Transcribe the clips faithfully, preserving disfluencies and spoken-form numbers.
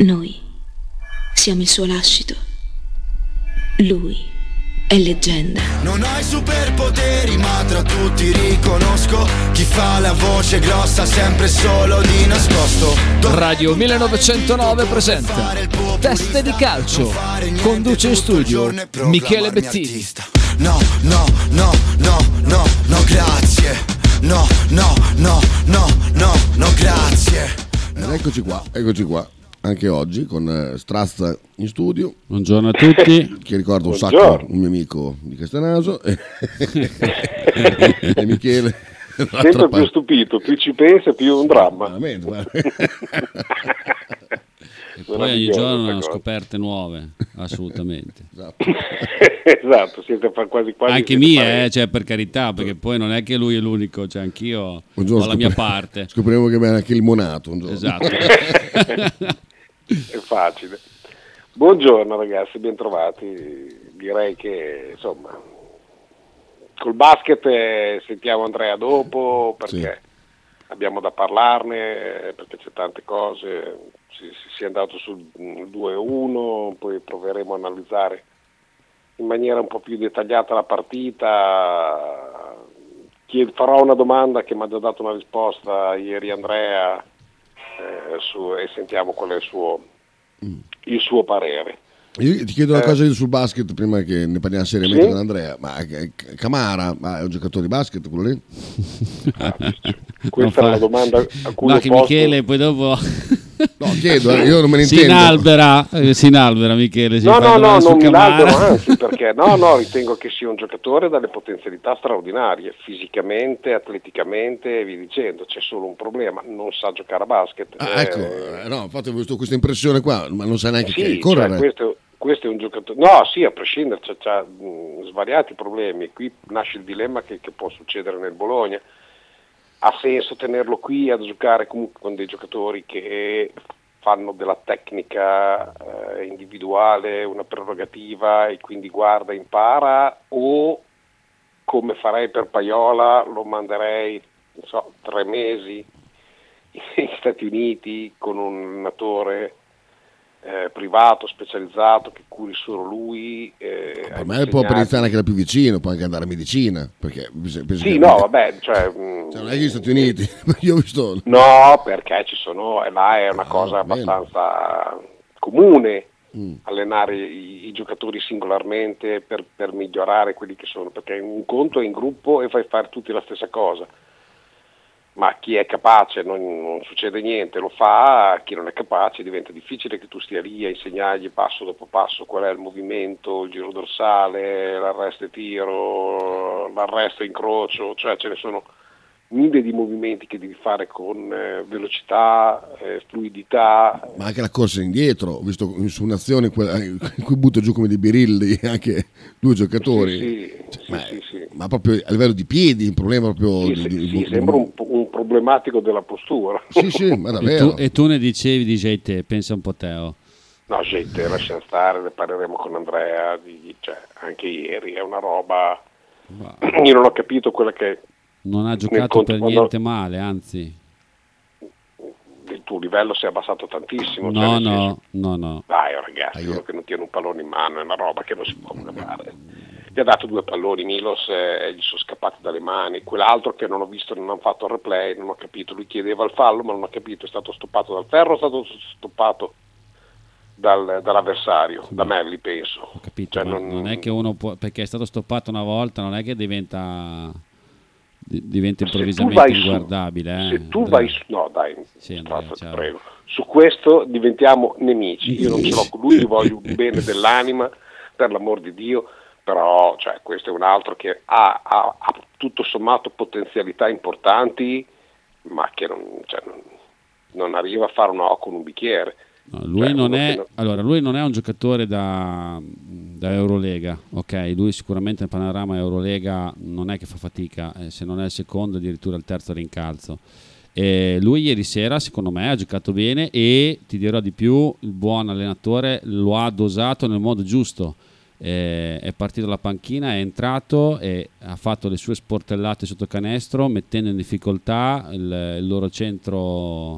Noi siamo il suo lascito. Lui è leggenda. Non ho i superpoteri, ma tra tutti riconosco chi fa la voce grossa sempre solo di nascosto. Radio millenovecentonove presenta Teste di calcio. Conduce in studio Michele Bettini. No, no, no, no, no, no, grazie. No, no, no, no, no, no, grazie. Ed eccoci qua, eccoci qua. Anche oggi con eh, Strazza in studio. Buongiorno a tutti. Che ricordo un Buongiorno. sacco un mio amico di Castenaso e, e Michele. Sempre più stupito, più ci pensa più un dramma. Veramente, guarda. E poi ogni giorno hanno scoperte nuove, assolutamente. Esatto. Esatto, siete fa- quasi quasi Anche siete mie, parenti. eh, cioè per carità, perché poi non è che lui è l'unico, cioè anch'io Un giorno ho la mia scopri- parte. Scopriremo che abbiamo anche il monato un giorno. Esatto. È facile. Buongiorno ragazzi, ben trovati. Direi che insomma col basket eh, sentiamo Andrea dopo perché abbiamo da parlarne, perché c'è tante cose. Si, si, si è andato sul due a uno, poi proveremo a analizzare in maniera un po' più dettagliata la partita. Chied- farò una domanda che mi ha già dato una risposta ieri Andrea eh, su, e sentiamo qual è il suo, il suo parere. Io ti chiedo una Eh. cosa sul basket prima che ne parliamo seriamente Sì? con Andrea. Ma eh, Camara, ma è un giocatore di basket quello lì? Questa Non è fa- la domanda a cui No, ho che posto. Michele poi dopo No, chiedo, eh, io non me ne si intendo. inalbera, eh, si inalbera Michele. Si No, fa no, no, domande su non mi Camara. inalbero, anzi, perché no, no, ritengo che sia un giocatore dalle potenzialità straordinarie, fisicamente, atleticamente e via dicendo. C'è solo un problema, non sa giocare a basket. Ah, ecco, Eh, eh, no, infatti ho avuto questa impressione qua, ma non sa neanche che Sì, correre. cioè, questo, questo è un giocatore. No, sì, a prescindere, c'ha, c'ha mh, svariati problemi. Qui nasce il dilemma che, che può succedere nel Bologna. Ha senso tenerlo qui a giocare comunque con dei giocatori che fanno della tecnica eh, individuale una prerogativa e quindi guarda, impara, o come farei per Paiola lo manderei, non so, tre mesi negli Stati Uniti con un allenatore eh, privato, specializzato, che curi solo lui. Eh, Per a me può insegnargli- iniziare anche da più vicino, può anche andare a medicina, perché penso Sì, che- no, vabbè, cioè, mh, Cioè, non è che gli Stati Uniti, io ho visto. no, perché ci sono, e là è una Ah, cosa bene. abbastanza comune Mm. allenare i, i giocatori singolarmente per, per migliorare quelli che sono, perché un conto è in gruppo e fai fare tutti la stessa cosa, ma chi è capace non, non succede niente, lo fa. Chi non è capace diventa difficile che tu stia lì a insegnargli passo dopo passo qual è il movimento, il giro dorsale, l'arresto e tiro, l'arresto e incrocio, cioè ce ne sono mille di movimenti che devi fare con eh, velocità, eh, fluidità. Ma anche la corsa indietro, ho visto su un'azione in cui- in cui butto giù come dei birilli anche due giocatori. Sì, sì, Cioè, sì, ma, sì, sì. ma proprio a livello di piedi, un problema proprio Sì, di, sì, di- sì, di- sembra un, un problematico della postura. Sì, sì, ma E davvero. tu, e tu ne dicevi, dicevi te, pensa un po' Teo. No, gente, lascia stare, ne parleremo con Andrea, di- cioè, anche ieri, è una roba. Io non ho capito quella che Non ha nel giocato conto- per quando- niente male, anzi. il tuo livello si è abbassato tantissimo. cioè, No, nel no, senso- no, no. Dai, oh, ragazzi, Ah, io- uno che non tiene un pallone in mano è una roba che non si può fare. Gli ha dato due palloni Milos e eh, gli sono scappati dalle mani. Quell'altro che non ho visto, non hanno fatto il replay, non ho capito. Lui chiedeva il fallo, ma non ho capito. È stato stoppato dal ferro o è stato stoppato dal- dall'avversario? Da Melli, penso. Ho capito, Cioè, ma non- non è che uno può, perché è stato stoppato una volta, non è che diventa di- diventa Se tu improvvisamente vai su- inguardabile. Eh, Se tu Andrea. vai su, no dai, Sì, Andrea, Strazza, ti ciao. prego. Su questo diventiamo nemici. Io non ce l'ho con lui, gli voglio un bene dell'anima, per l'amor di Dio, però cioè, questo è un altro che ha, ha- ha tutto sommato potenzialità importanti, ma che non, cioè, non, non arriva a fare una O con un bicchiere. No, lui, Cioè, non uno è, che non- allora, lui non è un giocatore da, da Eurolega, ok? Lui sicuramente nel panorama Eurolega non è che fa fatica, eh, se non è il secondo addirittura il terzo rincalzo. E lui ieri sera secondo me ha giocato bene e ti dirò di più, il buon allenatore lo ha dosato nel modo giusto. Eh, è partito dalla panchina, è entrato e ha fatto le sue sportellate sotto canestro mettendo in difficoltà il, il loro centro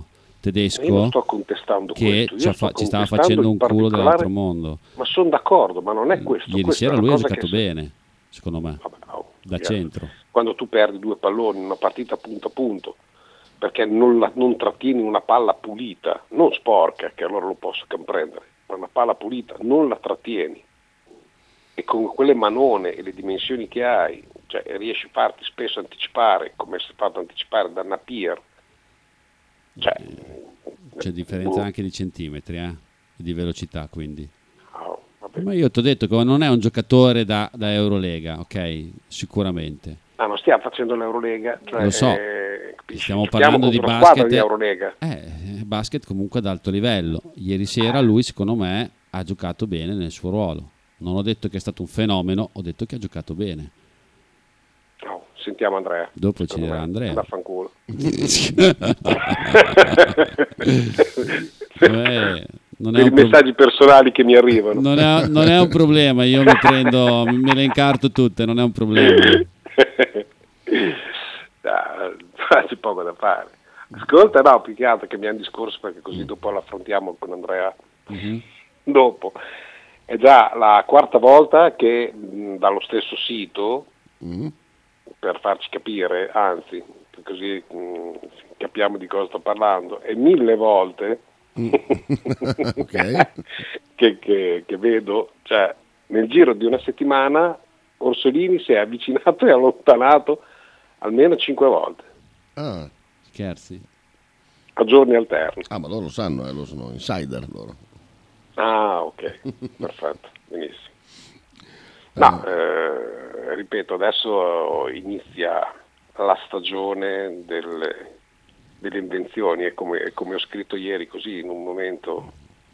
tedesco io non sto contestando che questo, ci, io fa- sto ci stava contestando facendo in un culo particolare- dell'altro mondo. Ma sono d'accordo, ma non è questo. Ieri questa sera è una lui ha cosa giocato che se- bene, secondo me, Vabbè, oh, da chiaro. centro. Quando tu perdi due palloni in una partita punto a punto, perché non, la, non trattieni una palla pulita, non sporca, che allora lo posso comprendere, ma una palla pulita non la trattieni, e con quelle manone e le dimensioni che hai, cioè riesci a farti spesso anticipare, come si è fatto anticipare da Napier, cioè, C'è differenza boh. anche di centimetri, eh? Di velocità, quindi. Oh, vabbè. Ma io ti ho detto che non è un giocatore da, da Eurolega, ok? Sicuramente. Ah, non stiamo facendo l'Eurolega, cioè, Lo so. eh, capisci? Stiamo Giochiamo parlando di contro una squadra basket. di Eurolega. Eh, basket comunque ad alto livello. Ieri sera lui, secondo me, ha giocato bene nel suo ruolo. Non ho detto che è stato un fenomeno, ho detto che ha giocato bene. Oh, sentiamo Andrea. Dopo ci Secondo dirà me, Andrea. Vaffanculo. Eh, non è Per i un pro- messaggi personali che mi arrivano. non è, non è un problema, io mi prendo, me le incarto tutte, non è un problema. Ah, c'è poco da fare. Ascolta, no, più che altro che abbiamo discorso, perché così dopo l'affrontiamo con Andrea. Mhm. Dopo. È già la quarta volta che mh, dallo stesso sito, Mm. per farci capire, anzi, così mh, capiamo di cosa sto parlando, è mille volte Ok. che, che- che vedo, cioè nel giro di una settimana Orsolini si è avvicinato e allontanato almeno cinque volte, Ah. Scherzi? a giorni alterni. Ah, ma loro lo sanno, eh, loro sono insider loro. Ah, ok, perfetto, benissimo. No, eh, ripeto, adesso inizia la stagione delle, delle invenzioni, e come, come ho scritto ieri, così in un momento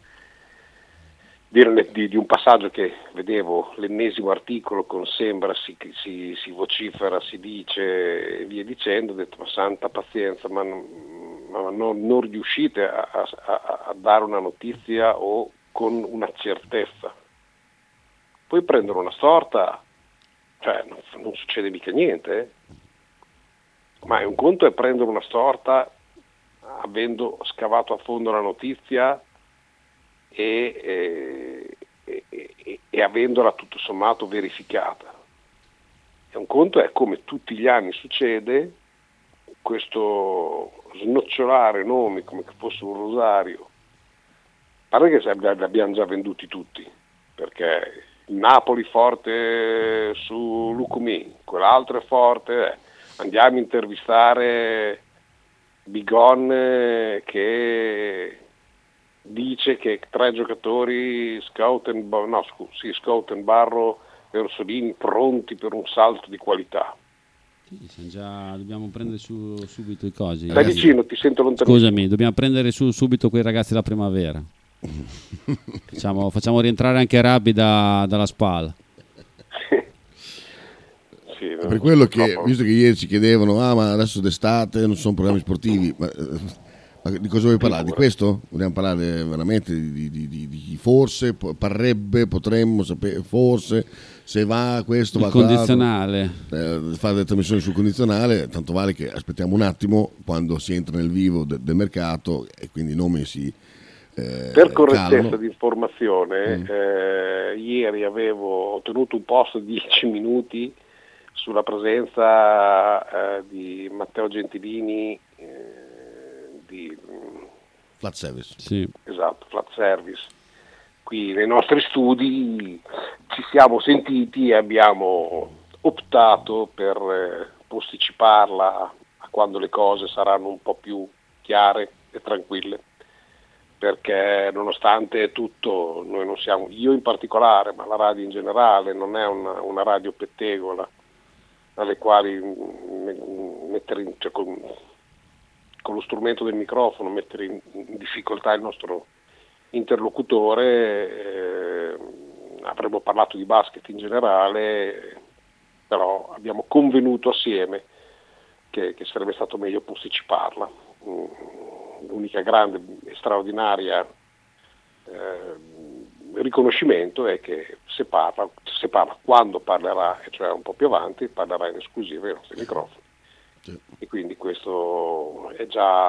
di, di- di un passaggio che vedevo, l'ennesimo articolo con sembra, si, si, si vocifera, si dice e via dicendo, ho detto ma santa pazienza, ma, non- ma non, non riuscite a, a- a dare una notizia o con una certezza. Poi prendono una storta, cioè non, non succede mica niente, eh. Ma un conto è prendere una storta avendo scavato a fondo la notizia e, e, e, e avendola tutto sommato verificata. E un conto è, come tutti gli anni succede, questo snocciolare nomi come che fosse un rosario. Pare che li abbiamo già venduti tutti, perché il Napoli forte su Lucumi, quell'altro è forte, eh. Andiamo a intervistare Bigon eh, che dice che tre giocatori Scouten, no, scu- sì, Scouten, Barro e Orsolini pronti per un salto di qualità. Sì, siamo già, dobbiamo prendere su subito i cosi. Stai Ragazzi, vicino, ti sento lontano. scusami, dobbiamo prendere su subito quei ragazzi della primavera. Facciamo, facciamo rientrare anche Rabbi da- dalla SPAL. Sì, È per quello che, purtroppo- visto che ieri ci chiedevano, ah ma adesso d'estate non sono programmi sportivi, ma, eh, ma di cosa vuoi parlare? Di questo? Vogliamo parlare veramente di, di, di, di forse, po- parrebbe, potremmo sapere, forse, se va questo, Il va quell'altro. condizionale. Eh, fare delle trasmissioni sul condizionale, tanto vale che aspettiamo un attimo quando si entra nel vivo de- del mercato e quindi i nomi si eh, Per correttezza calmano. di informazione, Mm. eh, ieri avevo ottenuto un post di dieci minuti sulla presenza eh, di Matteo Gentilini eh, di Flat service. Sì. esatto, Flat Service. Qui nei nostri studi ci siamo sentiti e abbiamo optato per eh, posticiparla a quando le cose saranno un po' più chiare e tranquille, perché nonostante tutto noi non siamo, io in particolare, ma la radio in generale, non è una, una radio pettegola alle quali mm, mettere in, cioè, con, con lo strumento del microfono mettere in, in difficoltà il nostro interlocutore. Eh, avremmo parlato di basket in generale, però abbiamo convenuto assieme che, che sarebbe stato meglio posticiparla. Mm, l'unica grande e straordinaria eh, riconoscimento è che se parla, se parla quando parlerà, e cioè un po' più avanti, parlerà in esclusiva ai nostri microfoni. Sì. E quindi questo è già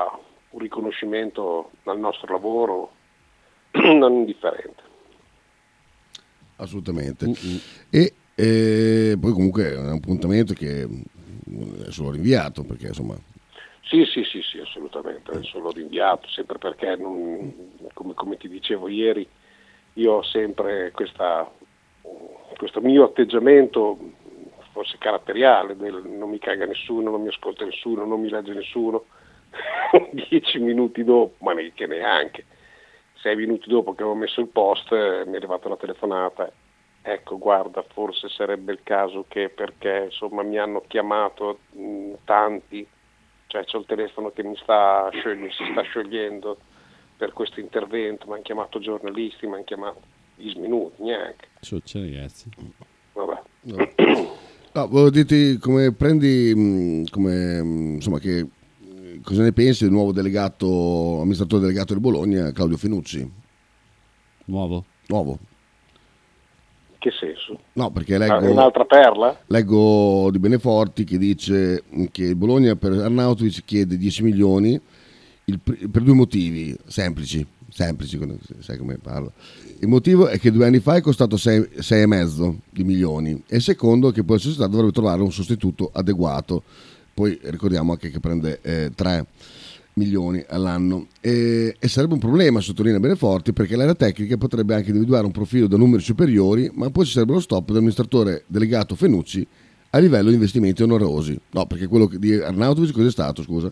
un riconoscimento al nostro lavoro non indifferente. Assolutamente. Mm-hmm. E eh, poi comunque è un appuntamento che è solo rinviato, perché insomma... Sì, sì, sì, sì, assolutamente, è solo rinviato, sempre perché, non, come, come ti dicevo ieri, io ho sempre questa, questo mio atteggiamento, forse caratteriale, del non mi caga nessuno, non mi ascolta nessuno, non mi legge nessuno, dieci minuti dopo, ma neanche neanche, sei minuti dopo che avevo messo il post mi è arrivata la telefonata, ecco guarda forse sarebbe il caso che, perché insomma mi hanno chiamato mh, tanti, cioè c'ho il telefono che mi sta sciogli- si sta sciogliendo per questo intervento, mi hanno chiamato giornalisti, mi hanno chiamato dieci minuti, neanche. Succede ragazzi. Vabbè. No, volevo dirti come prendi, come, insomma, che cosa ne pensi del nuovo delegato, amministratore delegato del Bologna, Claudio Fenucci? Nuovo? Nuovo. Che senso? No, perché leggo, un'altra perla? Leggo di Beneforti che dice che il Bologna per Arnautovic chiede dieci milioni il, per due motivi semplici, semplici, sai come parlo. Il motivo è che due anni fa è costato sei e mezzo di milioni e il secondo è che poi la società dovrebbe trovare un sostituto adeguato. Poi ricordiamo anche che prende eh, tre milioni all'anno e, e sarebbe un problema, sottolinea Beneforti, perché l'area tecnica potrebbe anche individuare un profilo da numeri superiori, ma poi ci sarebbe lo stop dell'amministratore delegato Fenucci a livello di investimenti onerosi. No, perché quello di Arnautovic cos'è stato, scusa?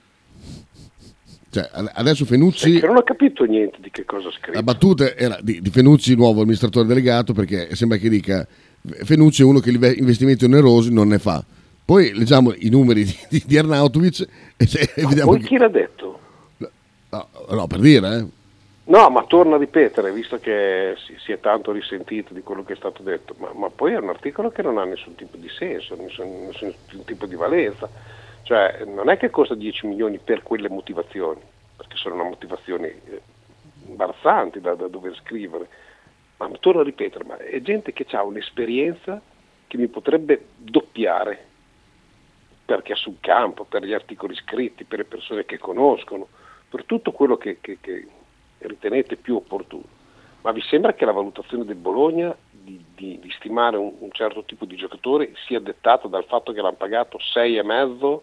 Cioè, adesso Fenucci... non ho capito niente di che cosa ha scritto. La battuta era di, di Fenucci, nuovo amministratore delegato, perché sembra che dica Fenucci è uno che investimenti onerosi non ne fa. Poi leggiamo i numeri di, di, di Arnautovic e, se, e vediamo poi che... chi l'ha detto? No, no, per dire, eh. No, ma torno a ripetere, visto che si, si è tanto risentito di quello che è stato detto, ma, ma poi è un articolo che non ha nessun tipo di senso, nessun, nessun tipo di valenza. Cioè, non è che costa dieci milioni per quelle motivazioni, perché sono una motivazioni imbarazzanti da, da dover scrivere, ma torno a ripetere, ma è gente che ha un'esperienza che mi potrebbe doppiare, perché sul campo, per gli articoli scritti, per le persone che conoscono, per tutto quello che, che, che ritenete più opportuno. Ma vi sembra che la valutazione del Bologna di, di, di stimare un, un certo tipo di giocatore sia dettata dal fatto che l'hanno pagato sei e mezzo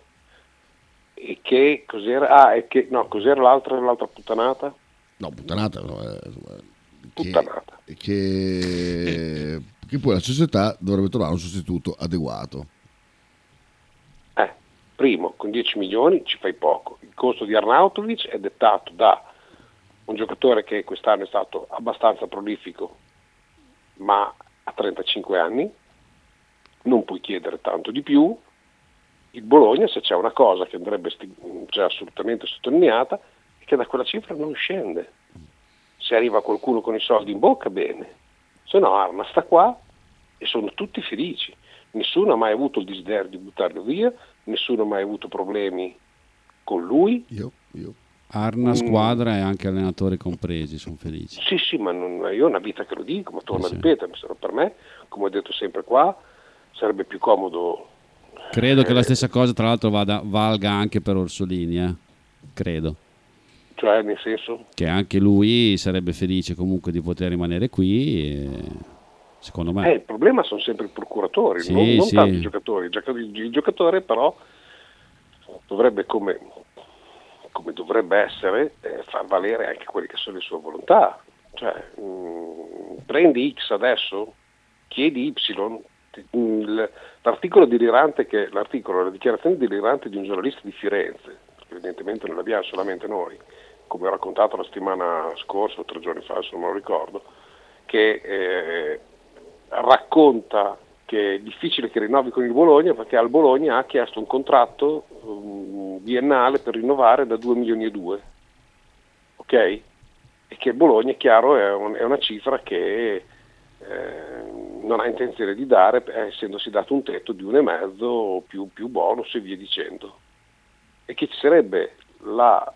e che cos'era? Ah, e che no, cos'era l'altra, l'altra puttanata? No, puttanata no, eh, puttanata. Che, che, che poi la società dovrebbe trovare un sostituto adeguato. Eh, primo, con dieci milioni ci fai poco. Il costo di Arnautovic è dettato da un giocatore che quest'anno è stato abbastanza prolifico, ma a trentacinque anni, non puoi chiedere tanto di più. Il Bologna, se c'è una cosa che andrebbe sti- cioè assolutamente sottolineata, è che da quella cifra non scende. Se arriva qualcuno con i soldi in bocca, bene. Se no Arna sta qua e sono tutti felici. Nessuno ha mai avuto il desiderio di buttarlo via, nessuno ha mai avuto problemi con lui. Io, io. Arna, squadra mm. e anche allenatori compresi sono felici. Sì, sì, ma non, io ho una vita che lo dico, ma torno sì, a ripetere, per me, come ho detto sempre qua, sarebbe più comodo. Credo eh, che la stessa cosa tra l'altro vada, valga anche per Orsolini, eh? Credo. Cioè, nel senso? Che anche lui sarebbe felice comunque di poter rimanere qui, e, secondo me. Eh, il problema sono sempre i procuratori, sì, non, non sì. tanto i giocatori. Il giocatore però dovrebbe, come, come dovrebbe essere, eh, far valere anche quelle che sono le sue volontà. Cioè, mh, prendi X adesso, chiedi Y. L'articolo delirante che l'articolo, la dichiarazione delirante di un giornalista di Firenze, perché evidentemente non l'abbiamo solamente noi, come ho raccontato la settimana scorsa o tre giorni fa, se non me lo ricordo, che eh, racconta che è difficile che rinnovi con il Bologna perché al Bologna ha chiesto un contratto um, biennale per rinnovare da due milioni e due, ok? E che il Bologna, è chiaro, è, un, è una cifra che eh, non ha intenzione di dare, essendosi dato un tetto di un e mezzo più, più bonus e via dicendo, e che ci sarebbe la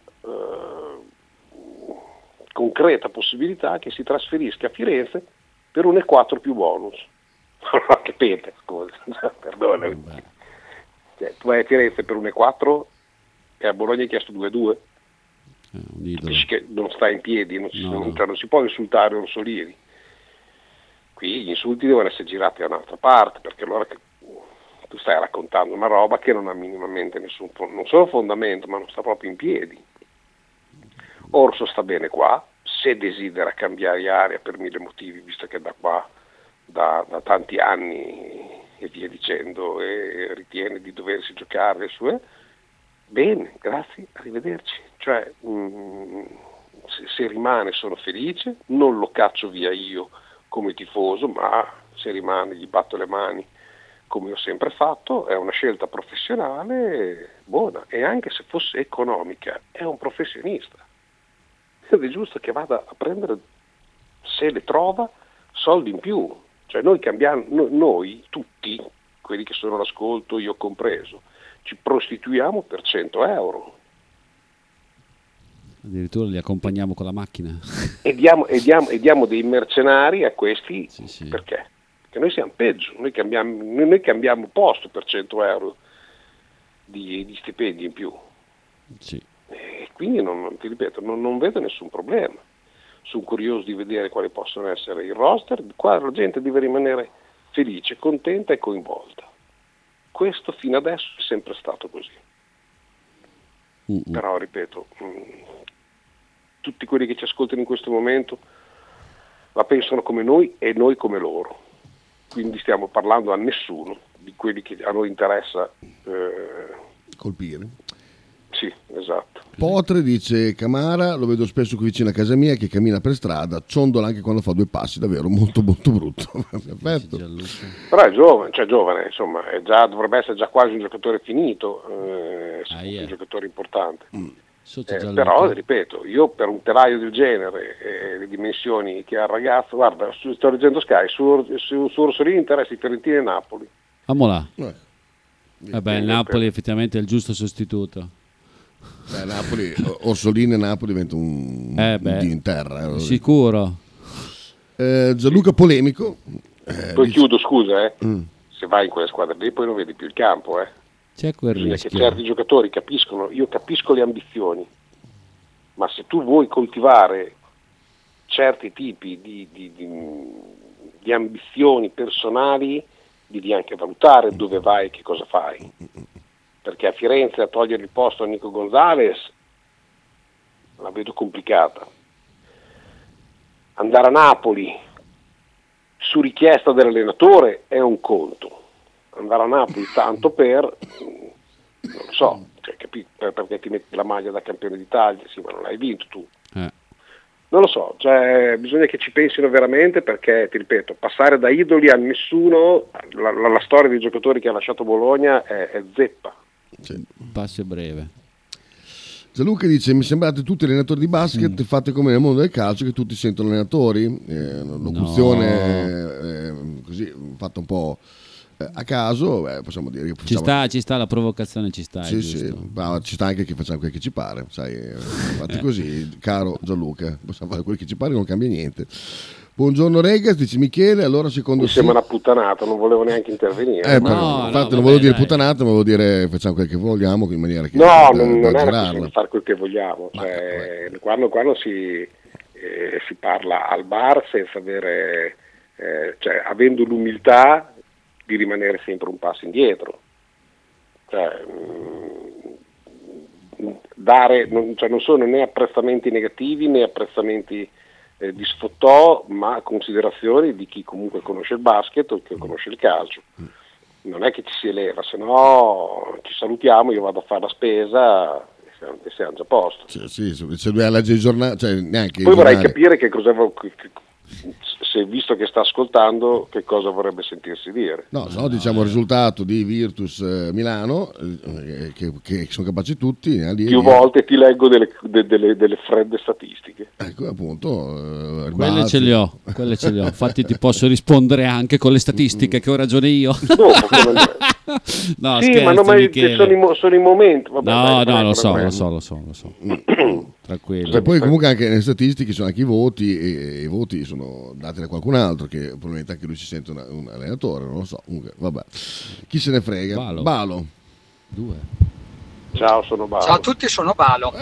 eh, concreta possibilità che si trasferisca a Firenze per un e quattro più bonus. Che pete, scusa, perdonami. Cioè, tu vai a Firenze per un e quattro e a Bologna hai chiesto due e due? È un idolo. Capisci che non sta in piedi, non si, No, non, no. cioè, non si può insultare Orsolini. Qui gli insulti devono essere girati da un'altra parte, perché allora che tu stai raccontando una roba che non ha minimamente nessun, non solo fondamento, ma non sta proprio in piedi. Orso sta bene qua, se desidera cambiare area per mille motivi, visto che da qua da, da tanti anni e via dicendo e ritiene di doversi giocare le sue, bene, grazie, arrivederci. Cioè, mh, se, se rimane sono felice, non lo caccio via io come tifoso, ma se rimane gli batto le mani come ho sempre fatto, è una scelta professionale buona, e anche se fosse economica è un professionista ed è giusto che vada a prendere, se le trova, soldi in più. Cioè noi cambiamo, no- noi tutti, quelli che sono all'ascolto, io compreso, ci prostituiamo per cento euro Addirittura li accompagniamo con la macchina. e diamo, e diamo, e diamo dei mercenari a questi. Sì, sì. Perché? Perché noi siamo peggio, noi cambiamo, noi cambiamo posto per cento euro di, di stipendi in più. Sì. E quindi non, ti ripeto, non, non vedo nessun problema. Sono curioso di vedere quali possono essere i roster. Qua la gente deve rimanere felice, contenta e coinvolta. Questo fino adesso è sempre stato così. Uh-uh. Però ripeto, mh, tutti quelli che ci ascoltano in questo momento la pensano come noi e noi come loro. Quindi stiamo parlando a nessuno di quelli che a noi interessa. Eh, Colpire. sì, esatto. Potre dice Camara, lo vedo spesso qui vicino a casa mia che cammina per strada, ciondola anche quando fa due passi, davvero molto molto brutto. Perfetto. Però è giovane, cioè giovane, insomma, è già, dovrebbe essere già quasi un giocatore finito, eh, Ah, yeah. un giocatore importante. Sotto Eh, Gianluca. però, ripeto, io per un telaio del genere e le dimensioni che ha il ragazzo, guarda, su- sto leggendo Sky, su, su, su Orsolini interessi Fiorentina e Napoli. Amola. Eh, Vabbè, il Napoli effettivamente è il giusto sostituto. beh, Napoli, Orsolini e Napoli diventa un, Eh, un beh. dio in terra. eh. Sicuro. Eh, Gianluca polemico. Eh, Poi dice- chiudo, scusa, eh. Mm. Se vai in quelle squadre lì poi non vedi più il campo, eh. C'è quel Bisogna che rischio. certi giocatori capiscono, io capisco le ambizioni, ma se tu vuoi coltivare certi tipi di, di, di, di ambizioni personali, devi anche valutare dove vai e che cosa fai. Perché a Firenze a togliere il posto a Nico Gonzalez la vedo complicata. Andare a Napoli su richiesta dell'allenatore è un conto. Andare a Napoli tanto per, non lo so, cioè, capi- per- perché ti metti la maglia da campione d'Italia, sì, ma non l'hai vinto tu. Eh. Non lo so, cioè, bisogna che ci pensino veramente, perché, ti ripeto, passare da idoli a nessuno, la, la- la storia dei giocatori che ha lasciato Bologna è, è zeppa. Sì. Passo breve. Gianluca dice: mi sembrate tutti allenatori di basket, fate come nel mondo del calcio che tutti sentono allenatori. Eh, locuzione eh, così fatta un po' eh, a caso, beh, possiamo dire che Ci facciamo- sta, ci sta, la provocazione ci sta. è Sì, giusto. sì, ma ci sta anche che facciamo quel che ci pare, sai, eh, fatti così, caro Gianluca, possiamo fare quel che ci pare, non cambia niente. Buongiorno Regas, dice Michele, allora secondo Mi sì. sembra una puttanata, non volevo neanche intervenire. Eh, No, però, no, infatti vabbè, non volevo dire dai. puttanata, ma volevo dire facciamo quel che vogliamo in maniera che No, da, non, da non è una girarla. questione di fare quel che vogliamo, Ma- cioè, quando, quando si, eh, si parla al bar senza avere, eh, cioè, avendo l'umiltà di rimanere sempre un passo indietro, cioè, mh, dare, non, cioè, non sono né apprezzamenti negativi né apprezzamenti eh, di sfottò, ma considerazioni di chi comunque conosce il basket o che conosce il calcio. Non è che ci si eleva, se no ci salutiamo, io vado a fare la spesa e siamo, e siamo già a posto. Sì, sì, se se dobbiamo leggere il giornale, cioè neanche Poi i vorrei giornali. capire che cosa vo- che- che- se visto che sta ascoltando, che cosa vorrebbe sentirsi dire. No, se no diciamo il risultato di Virtus eh, Milano, eh, che, che sono capaci tutti. eh, lì- Più lì- volte ti leggo delle, de- delle- delle fredde statistiche. Ecco, appunto. eh, Quelle rimbalzi. ce le ho, quelle ce le ho. Infatti ti posso rispondere anche con le statistiche che ho ragione io. Dopo, come- No, sì, scherzo, ma, non, ma Michele. sono, i, mo- sono i momenti. Vabbè, No, dai, no, prego, lo so, prego. lo so, lo so, lo so. Tranquillo. E poi comunque anche nelle statistiche sono anche i voti e, e i voti sono dati da qualcun altro che probabilmente anche lui si sente una- un allenatore, non lo so, comunque vabbè, chi se ne frega. Balo. Balo. Due. Ciao, sono Balo. Ciao a tutti, sono Balo. Ecco.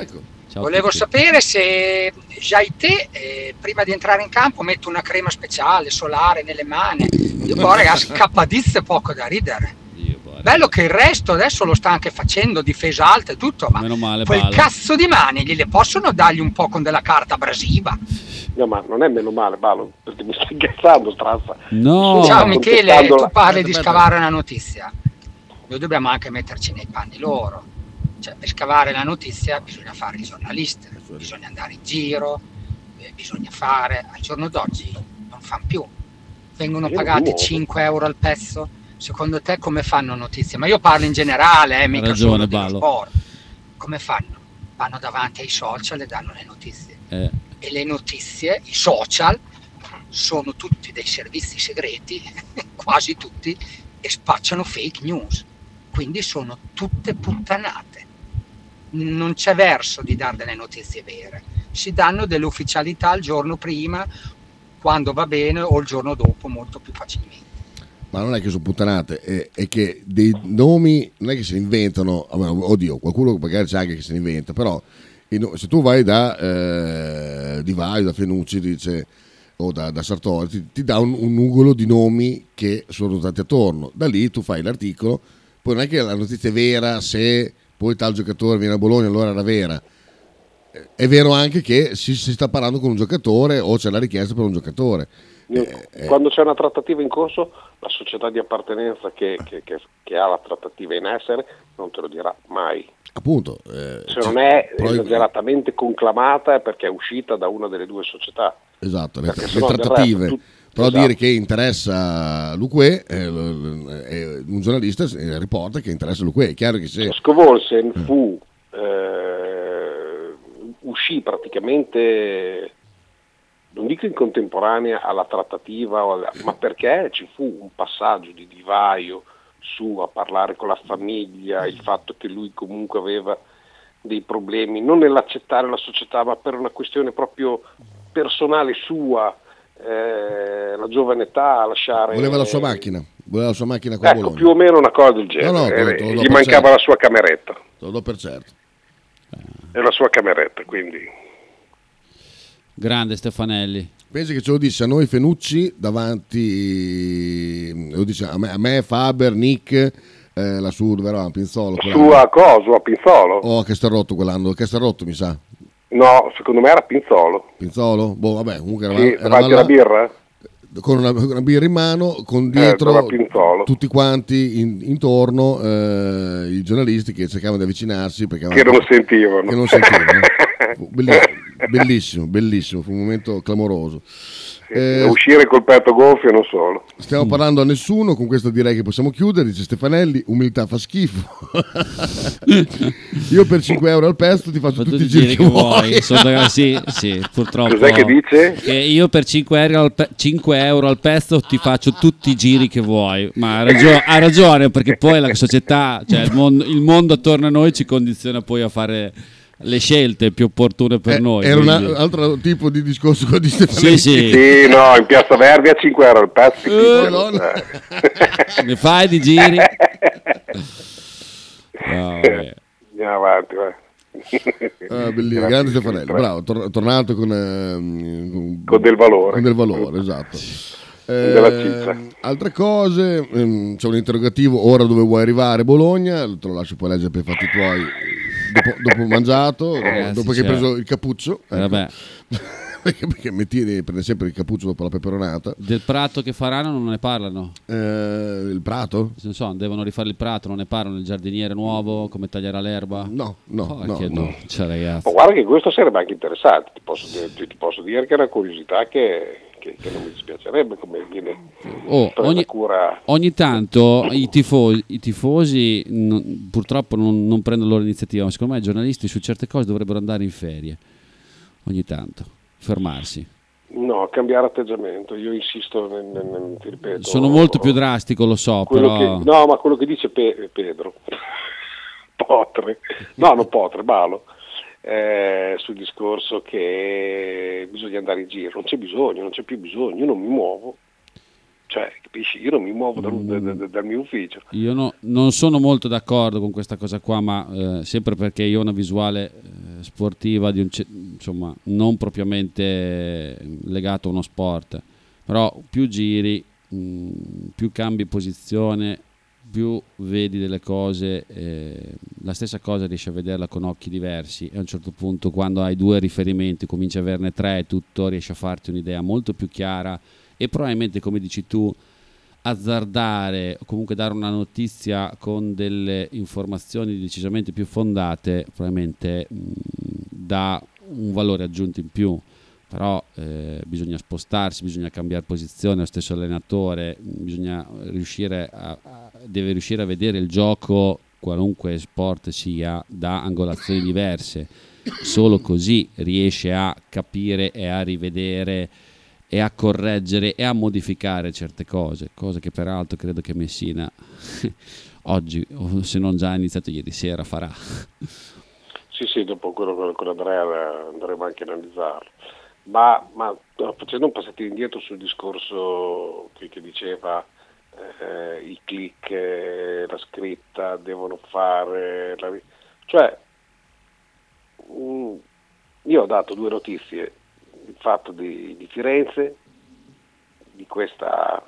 Ciao Volevo sapere se Jaite, eh, prima di entrare in campo, mette una crema speciale, solare nelle mani. Io poi ragazzi, capadizze poco da ridere. Dio, boh, Bello che il resto adesso lo sta anche facendo, difesa alta e tutto, ma meno male, quel Balo. cazzo di mani gliele possono dargli un po' con della carta abrasiva? No, ma non è meno male, Balo, perché mi stai incazzando, strazza. No. Sto Ciao Michele, contestando tu la- parli di Aspetta, scavare una notizia. Noi dobbiamo anche metterci nei panni loro. Cioè, per scavare la notizia bisogna fare i giornalisti, bisogna andare in giro, eh, bisogna fare. Al giorno d'oggi non fanno più. Vengono Io pagati non muovo. cinque euro al pezzo. Secondo te come fanno notizie? Ma io parlo in generale, eh, mica ragione, solo dello Ballo. sport. Come fanno? Vanno davanti ai social e danno le notizie. Eh, E le notizie, i social, sono tutti dei servizi segreti, quasi tutti, e spacciano fake news. Quindi sono tutte puttanate. Non c'è verso di dare delle notizie vere. Si danno delle ufficialità il giorno prima, quando va bene, o il giorno dopo, molto più facilmente. Ma non è che sono puttanate, è, è che dei nomi non è che se ne inventano, vabbè, oddio, qualcuno magari c'è anche che se ne inventa, però i no- se tu vai da eh, Di Vaio, da Fenucci, dice, o da, da Sartori, ti, ti dà un, un nugolo di nomi che sono ruotati attorno. Da lì tu fai l'articolo, poi non è che la notizia è vera se poi tal giocatore viene a Bologna, allora era vera. Eh, È vero anche che si, si sta parlando con un giocatore o c'è la richiesta per un giocatore. Io- Eh, eh. Quando c'è una trattativa in corso, la società di appartenenza che, che- che- che ha la trattativa in essere non te lo dirà mai. Appunto, eh, Se ci- non è però- esageratamente conclamata è perché è uscita da una delle due società. Esatto, le, Perché le sennò del trattative. resto tu- Però esatto. dire che interessa Luque, eh, l- l- eh, un giornalista eh, riporta che interessa Luque. È chiaro che se... Scovolsen fu eh, uscì praticamente, non dico in contemporanea alla trattativa, o alla- ma perché ci fu un passaggio di Di Vaio su a parlare con la famiglia, il fatto che lui comunque aveva dei problemi, non nell'accettare la società, ma per una questione proprio personale sua, eh, la giovane età, lasciare... Voleva la sua macchina, voleva la sua macchina con Ecco, Bologna. più o meno una cosa del genere. No, no, te lo- Eh, te lo do gli per mancava certo. la sua cameretta, Te lo do per certo. e la sua cameretta, quindi... grande Stefanelli. Pensi che ce lo disse a noi Fenucci davanti, lo dice a me, a me Faber, Nick, eh, la su, dove eravamo, Pinzolo. quell'anno. Su a Coso, a Pinzolo? Oh, che sta rotto quell'anno, che sta rotto mi sa. No, secondo me era Pinzolo. Pinzolo? Boh, vabbè, comunque Sì, eravamo, davanti eravamo alla là, birra? con una, una birra in mano, con dietro dove Pinzolo. tutti quanti in- intorno eh, i giornalisti che cercavano di avvicinarsi perché Che non sentivano. che non sentivano. Belli- bellissimo, bellissimo, fu un momento clamoroso. Eh, Uscire col petto gonfio non solo. Stiamo parlando a nessuno, con questo direi che possiamo chiudere, dice Stefanelli, umiltà fa schifo. Io per cinque euro al pezzo ti faccio Ma tutti i giri che vuoi. Sono da- sì, sì, purtroppo. Cos'è che dice? Che io per cinque euro, al pe- cinque euro al pezzo ti faccio tutti i giri che vuoi. Ma ha, ragio- ha ragione, perché poi la società, cioè il mondo, il mondo attorno a noi ci condiziona poi a fare le scelte più opportune per Eh, noi. Era un quindi- altro tipo di discorso quello di Stefanelli. Sì, sì. Sì, no, in Piazza Verdi a cinque euro al pezzo. Eh, Madonna. Ne fai di giri? No, vabbè. Andiamo avanti, vai. Ah, bellissimo, grande Stefanelli, bravo, tor- tornato con, ehm, con, Con del valore. con del valore, esatto. Della Eh, ciccia. altre cose, ehm, c'è un interrogativo, ora dove vuoi arrivare Bologna, te lo lascio poi leggere per i fatti tuoi dopo, dopo mangiato, Ragazzi, dopo che hai cioè, preso il cappuccio, ecco. Vabbè. perché, perché Mettini prende sempre il cappuccio dopo la peperonata. Del prato che faranno non ne parlano. Eh, il prato? Non so, devono rifare il prato, non ne parlano. Il giardiniere nuovo, come taglierà l'erba. No, no, Oh, no, che no. Cioè, ragazzi. Ma guarda che questo sarebbe anche interessante, ti posso dire, ti, ti posso dire che è una curiosità che, che, che non mi dispiacerebbe, come viene Oh, presa ogni, cura. ogni tanto i tifosi, i tifosi non- purtroppo non, non prendono loro iniziativa, ma secondo me i giornalisti su certe cose dovrebbero andare in ferie. Ogni tanto, fermarsi. No, cambiare atteggiamento, io insisto, nel, nel- nel- ti ripeto. Sono molto più drastico, lo so, quello però... che, no, ma quello che dice Pe- Pedro, Potre, no, non Potre, Balo, eh, sul discorso che bisogna andare in giro, non c'è bisogno, non c'è più bisogno, io non mi muovo, cioè, capisci, io non mi muovo dal, Mm. da- da- dal mio ufficio. Io no- non sono molto d'accordo con questa cosa qua, ma eh, sempre perché io ho una visuale eh, sportiva di un, insomma, non propriamente legato a uno sport, però più giri, mh, più cambi posizione, più vedi delle cose, eh, la stessa cosa riesci a vederla con occhi diversi, e a un certo punto, quando hai due riferimenti, cominci a averne tre e tutto, riesci a farti un'idea molto più chiara, e probabilmente, come dici tu, azzardare o comunque dare una notizia con delle informazioni decisamente più fondate probabilmente mh, dà un valore aggiunto in più. Però eh, bisogna spostarsi, bisogna cambiare posizione, lo stesso allenatore bisogna riuscire a, a, deve riuscire a vedere il gioco, qualunque sport sia, da angolazioni diverse. Solo così riesce a capire e a rivedere e a correggere e a modificare certe cose, cose che peraltro credo che Messina oggi, o se non già iniziato ieri sera, farà. Sì, sì, dopo quello con Andrea andremo anche a analizzarlo. Ma, ma facendo un passaggio indietro sul discorso che, che diceva eh, i click, eh, la scritta devono fare, la, cioè mh, io ho dato due notizie, il fatto di, di Firenze, di questa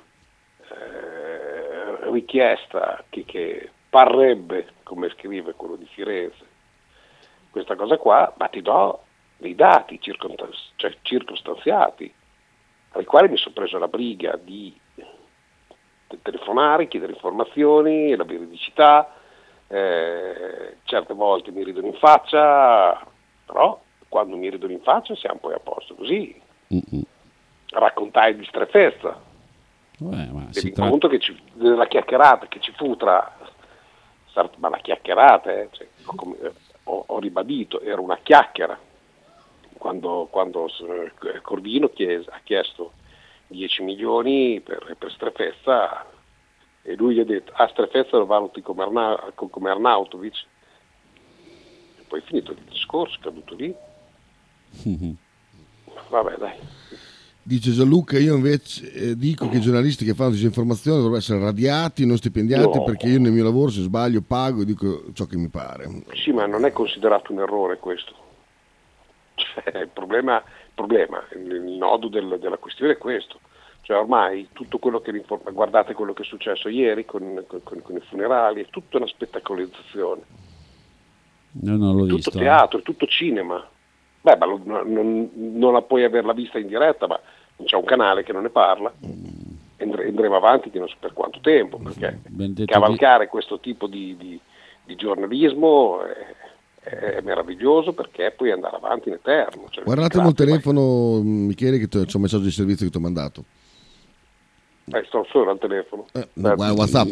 eh, richiesta che, che parrebbe, come scrive quello di Firenze, questa cosa qua, ma ti do dei dati circostans- cioè circostanziati, ai quali mi sono preso la briga di telefonare, chiedere informazioni, la veridicità, eh, certe volte mi ridono in faccia, però quando mi ridono in faccia siamo poi a posto così. Mm-mm. Raccontai di Strefezza, tevi tra... conto che ci, della chiacchierata che ci fu tra, ma la chiacchierata, eh, cioè, come, ho, ho ribadito, era una chiacchiera. Quando, quando Corvino chies, ha chiesto dieci milioni per, per Strefezza, e lui gli ha detto: ah, Strefezza lo valuti come, Arna, come Arnautovic, e poi è finito il discorso, è caduto lì. Mm-hmm. Vabbè, dai. Dice Gianluca: io invece eh, dico che i giornalisti che fanno disinformazione dovrebbero essere radiati, non stipendiati, no. Perché io nel mio lavoro, se sbaglio, pago e dico ciò che mi pare. Sì, ma non è considerato un errore questo. Cioè, il problema, il, problema, il nodo del, della questione è questo, cioè ormai tutto quello che informa, guardate quello che è successo ieri con, con, con i funerali, è tutta una spettacolarizzazione, no, non l'ho è tutto visto, teatro, eh. è tutto cinema. Beh, ma lo, non, non la puoi averla vista in diretta, ma non c'è un canale che non ne parla, e andremo avanti che non so per quanto tempo, perché cavalcare di... questo tipo di, di, di giornalismo è, è meraviglioso, perché puoi andare avanti in eterno. Cioè, guardatemi il telefono, vai. Michele, che c'è un messaggio di servizio che ti ho mandato. Eh, sto solo al telefono. Eh, no, WhatsApp.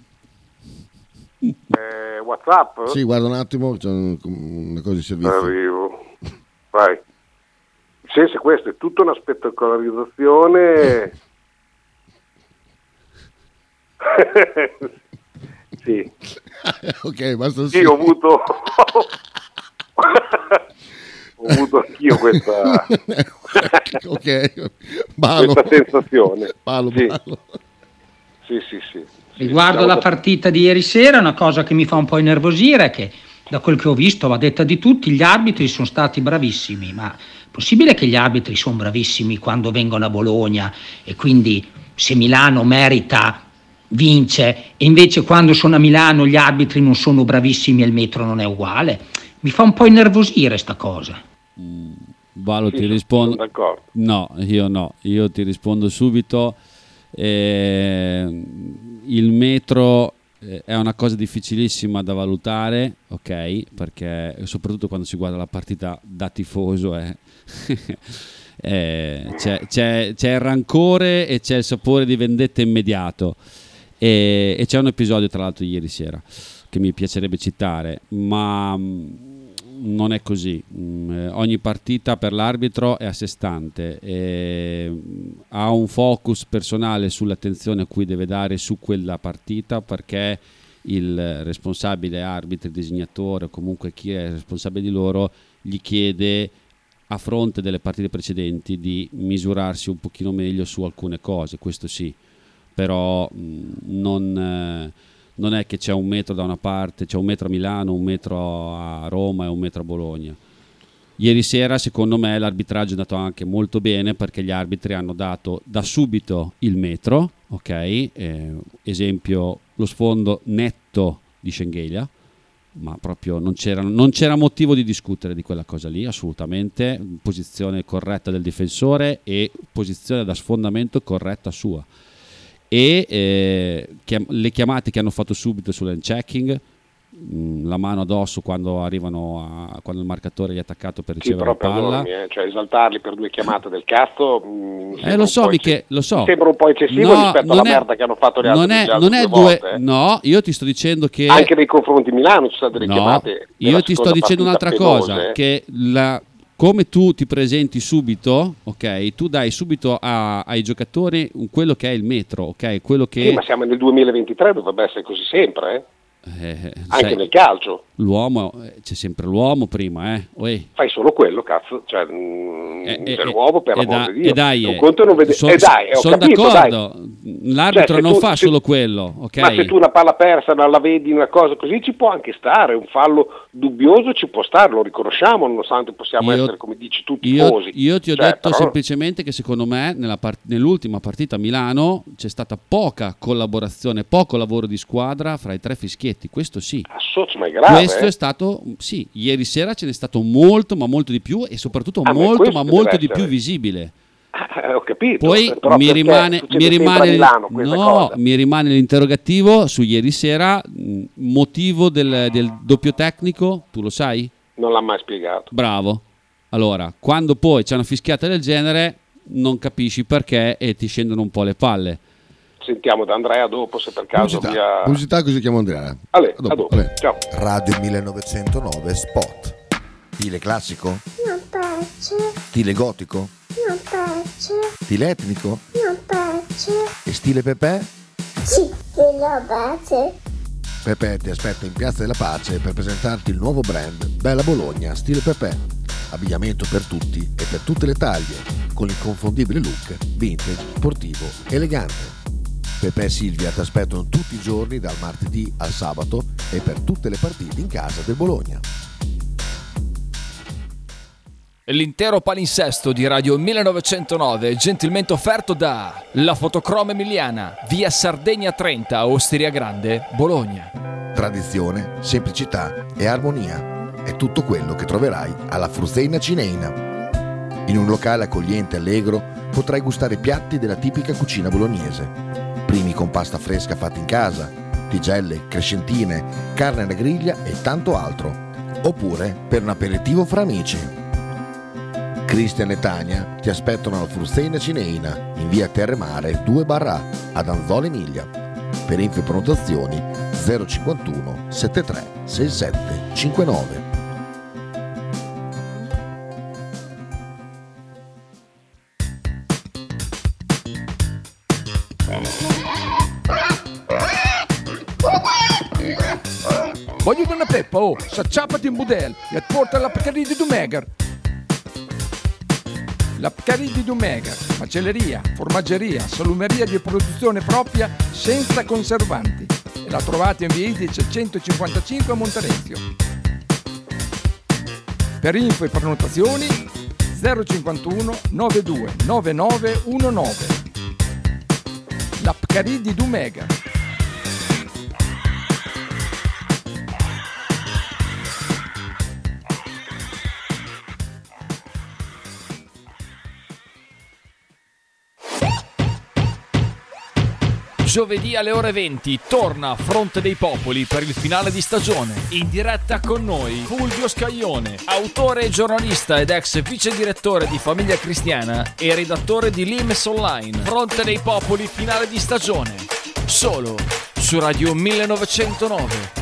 Eh, WhatsApp? Sì, guarda un attimo, c'è una cosa di servizio. Arrivo. Vai. Il senso è questo, è tutta una spettacolarizzazione. Sì. Ok, basta. Sì, ho avuto ho avuto anch'io questa ok, balo. questa sensazione. Balo, sì. balo. Sì, sì, sì. Riguardo la partita di ieri sera, una cosa che mi fa un po' innervosire è che, da quel che ho visto, va detta di tutti, gli arbitri sono stati bravissimi, ma è possibile che gli arbitri sono bravissimi quando vengono a Bologna e quindi se Milano merita vince, e invece quando sono a Milano gli arbitri non sono bravissimi e il metro non è uguale? Mi fa un po' innervosire sta cosa. Mm, Valo, sì, ti rispondo. Sono d'accordo. No, io no, io ti rispondo subito. Eh, il metro è una cosa difficilissima da valutare, ok? Perché soprattutto quando si guarda la partita da tifoso è eh, c'è, c'è, c'è il rancore e c'è il sapore di vendetta immediato. E, e c'è un episodio tra l'altro ieri sera che mi piacerebbe citare, ma mh, non è così. Mh, ogni partita per l'arbitro è a sé stante e mh, ha un focus personale sull'attenzione a cui deve dare su quella partita, perché il responsabile arbitro, il disegnatore o comunque chi è responsabile di loro gli chiede, a fronte delle partite precedenti, di misurarsi un pochino meglio su alcune cose, questo sì. Però mh, non, eh, non è che c'è un metro da una parte, c'è un metro a Milano, un metro a Roma e un metro a Bologna. Ieri sera secondo me l'arbitraggio è andato anche molto bene, perché gli arbitri hanno dato da subito il metro, ok? Eh, esempio, lo sfondo netto di Schengelia, ma proprio non c'era, non c'era motivo di discutere di quella cosa lì, assolutamente. Posizione corretta del difensore e posizione da sfondamento corretta sua. E eh, chiam- le chiamate che hanno fatto subito sull'end checking, mh, la mano addosso quando arrivano a, quando il marcatore gli è attaccato per Sì, ricevere però la palla. perdonami, eh, cioè esaltarli per due chiamate del cazzo mh, mi Eh, lo so, un po' Miche, ecce- lo so. mi sembra un po' eccessivo No, rispetto non alla è- merda che hanno fatto le altre, non è, le altre non è due due, volte, eh. no, io ti sto dicendo che Anche nei confronti di Milano ci sono delle no, chiamate io nella ti sto seconda dicendo un'altra partita cosa, penose, eh. che la, come tu ti presenti subito, ok, tu dai subito a- ai giocatori un- quello che è il metro, ok, quello che Sì, ma siamo nel duemilaventitré, dovrebbe essere così sempre, eh. eh, Anche sai, nel calcio. l'uomo, eh, c'è sempre l'uomo prima, eh, Uè. Fai solo quello, cazzo, cioè mh, Eh, c'è eh, l'uomo per eh, l'amor da- di Dio. e dai, Un eh, conto è non vede- son- eh, dai, ho son capito, d'accordo. dai. L'arbitro Cioè, se non tu- fa se- solo quello, ok? Ma se tu una palla persa non la vedi, una cosa così, ci può anche stare, un fallo dubbioso ci può stare, lo riconosciamo, nonostante possiamo Io- essere, come dici, tutti Io, tifosi. io ti ho Cioè, detto però- semplicemente che secondo me nella part- nell'ultima partita a Milano c'è stata poca collaborazione, poco lavoro di squadra fra i tre fischietti, questo sì. Associo, ma è grave, Questo eh. è stato, sì, ieri sera ce n'è stato molto, ma molto di più, e soprattutto Ah, ma molto, questo ma deve molto di essere. più visibile. Eh, ho capito. Poi però mi perché rimane, succede mi sempre rimane, a Milano questa no, cosa? mi rimane l'interrogativo su ieri sera, mh, motivo del, del doppio tecnico, tu lo sai? Non l'ha mai spiegato. Bravo. Allora, quando poi c'è una fischiata del genere, non capisci perché e ti scendono un po' le palle. Sentiamo da Andrea dopo, se per caso Pubblicità, via... pubblicità, così chiamo Andrea. Ale, A dopo, a dopo. Ale. Ciao. Radio millenovecentonove Spot. Stile classico? Non piace, Stile gotico? non piace, Stile etnico? non piace. E stile Pepe? Sì, lo piace. Pepe ti aspetta in Piazza della Pace per presentarti il nuovo brand Bella Bologna Stile Pepe. Abbigliamento per tutti e per tutte le taglie, con l'inconfondibile look vintage, sportivo, elegante. Pepe e Silvia ti aspettano tutti i giorni dal martedì al sabato e per tutte le partite in casa del Bologna. L'intero palinsesto di Radio millenovecentonove è gentilmente offerto da La Fotocroma Emiliana, via Sardegna trenta, Osteria Grande, Bologna. Tradizione, semplicità e armonia è tutto quello che troverai alla Fruzeina Cineina. In un locale accogliente e allegro potrai gustare piatti della tipica cucina bolognese. Primi con pasta fresca fatta in casa, tigelle, crescentine, carne alla griglia e tanto altro. Oppure per un aperitivo fra amici. Cristian e Tania ti aspettano alla Fruzeina Cineina in via Terremare due barra A ad Anzola Emilia. Per info e prenotazioni zero cinquantuno settantatré sessantasette cinquantanove. Voglio una peppa, oh, s'acciappati in budel e porta la Pcaridi di Dumegar. La Pcaridi di Dumegar, macelleria, formaggeria, salumeria di produzione propria senza conservanti. E la trovate in via Idice centocinquantacinque a Monterezio. Per info e prenotazioni zero cinquantuno novantadue novantanove diciannove. La Pcaridi di Dumegar. Giovedì alle ore venti torna Fronte dei Popoli per il finale di stagione. In diretta con noi Fulvio Scaglione, autore e giornalista ed ex vice direttore di Famiglia Cristiana e redattore di Limes Online. Fronte dei Popoli finale di stagione. Solo su Radio millenovecentonove.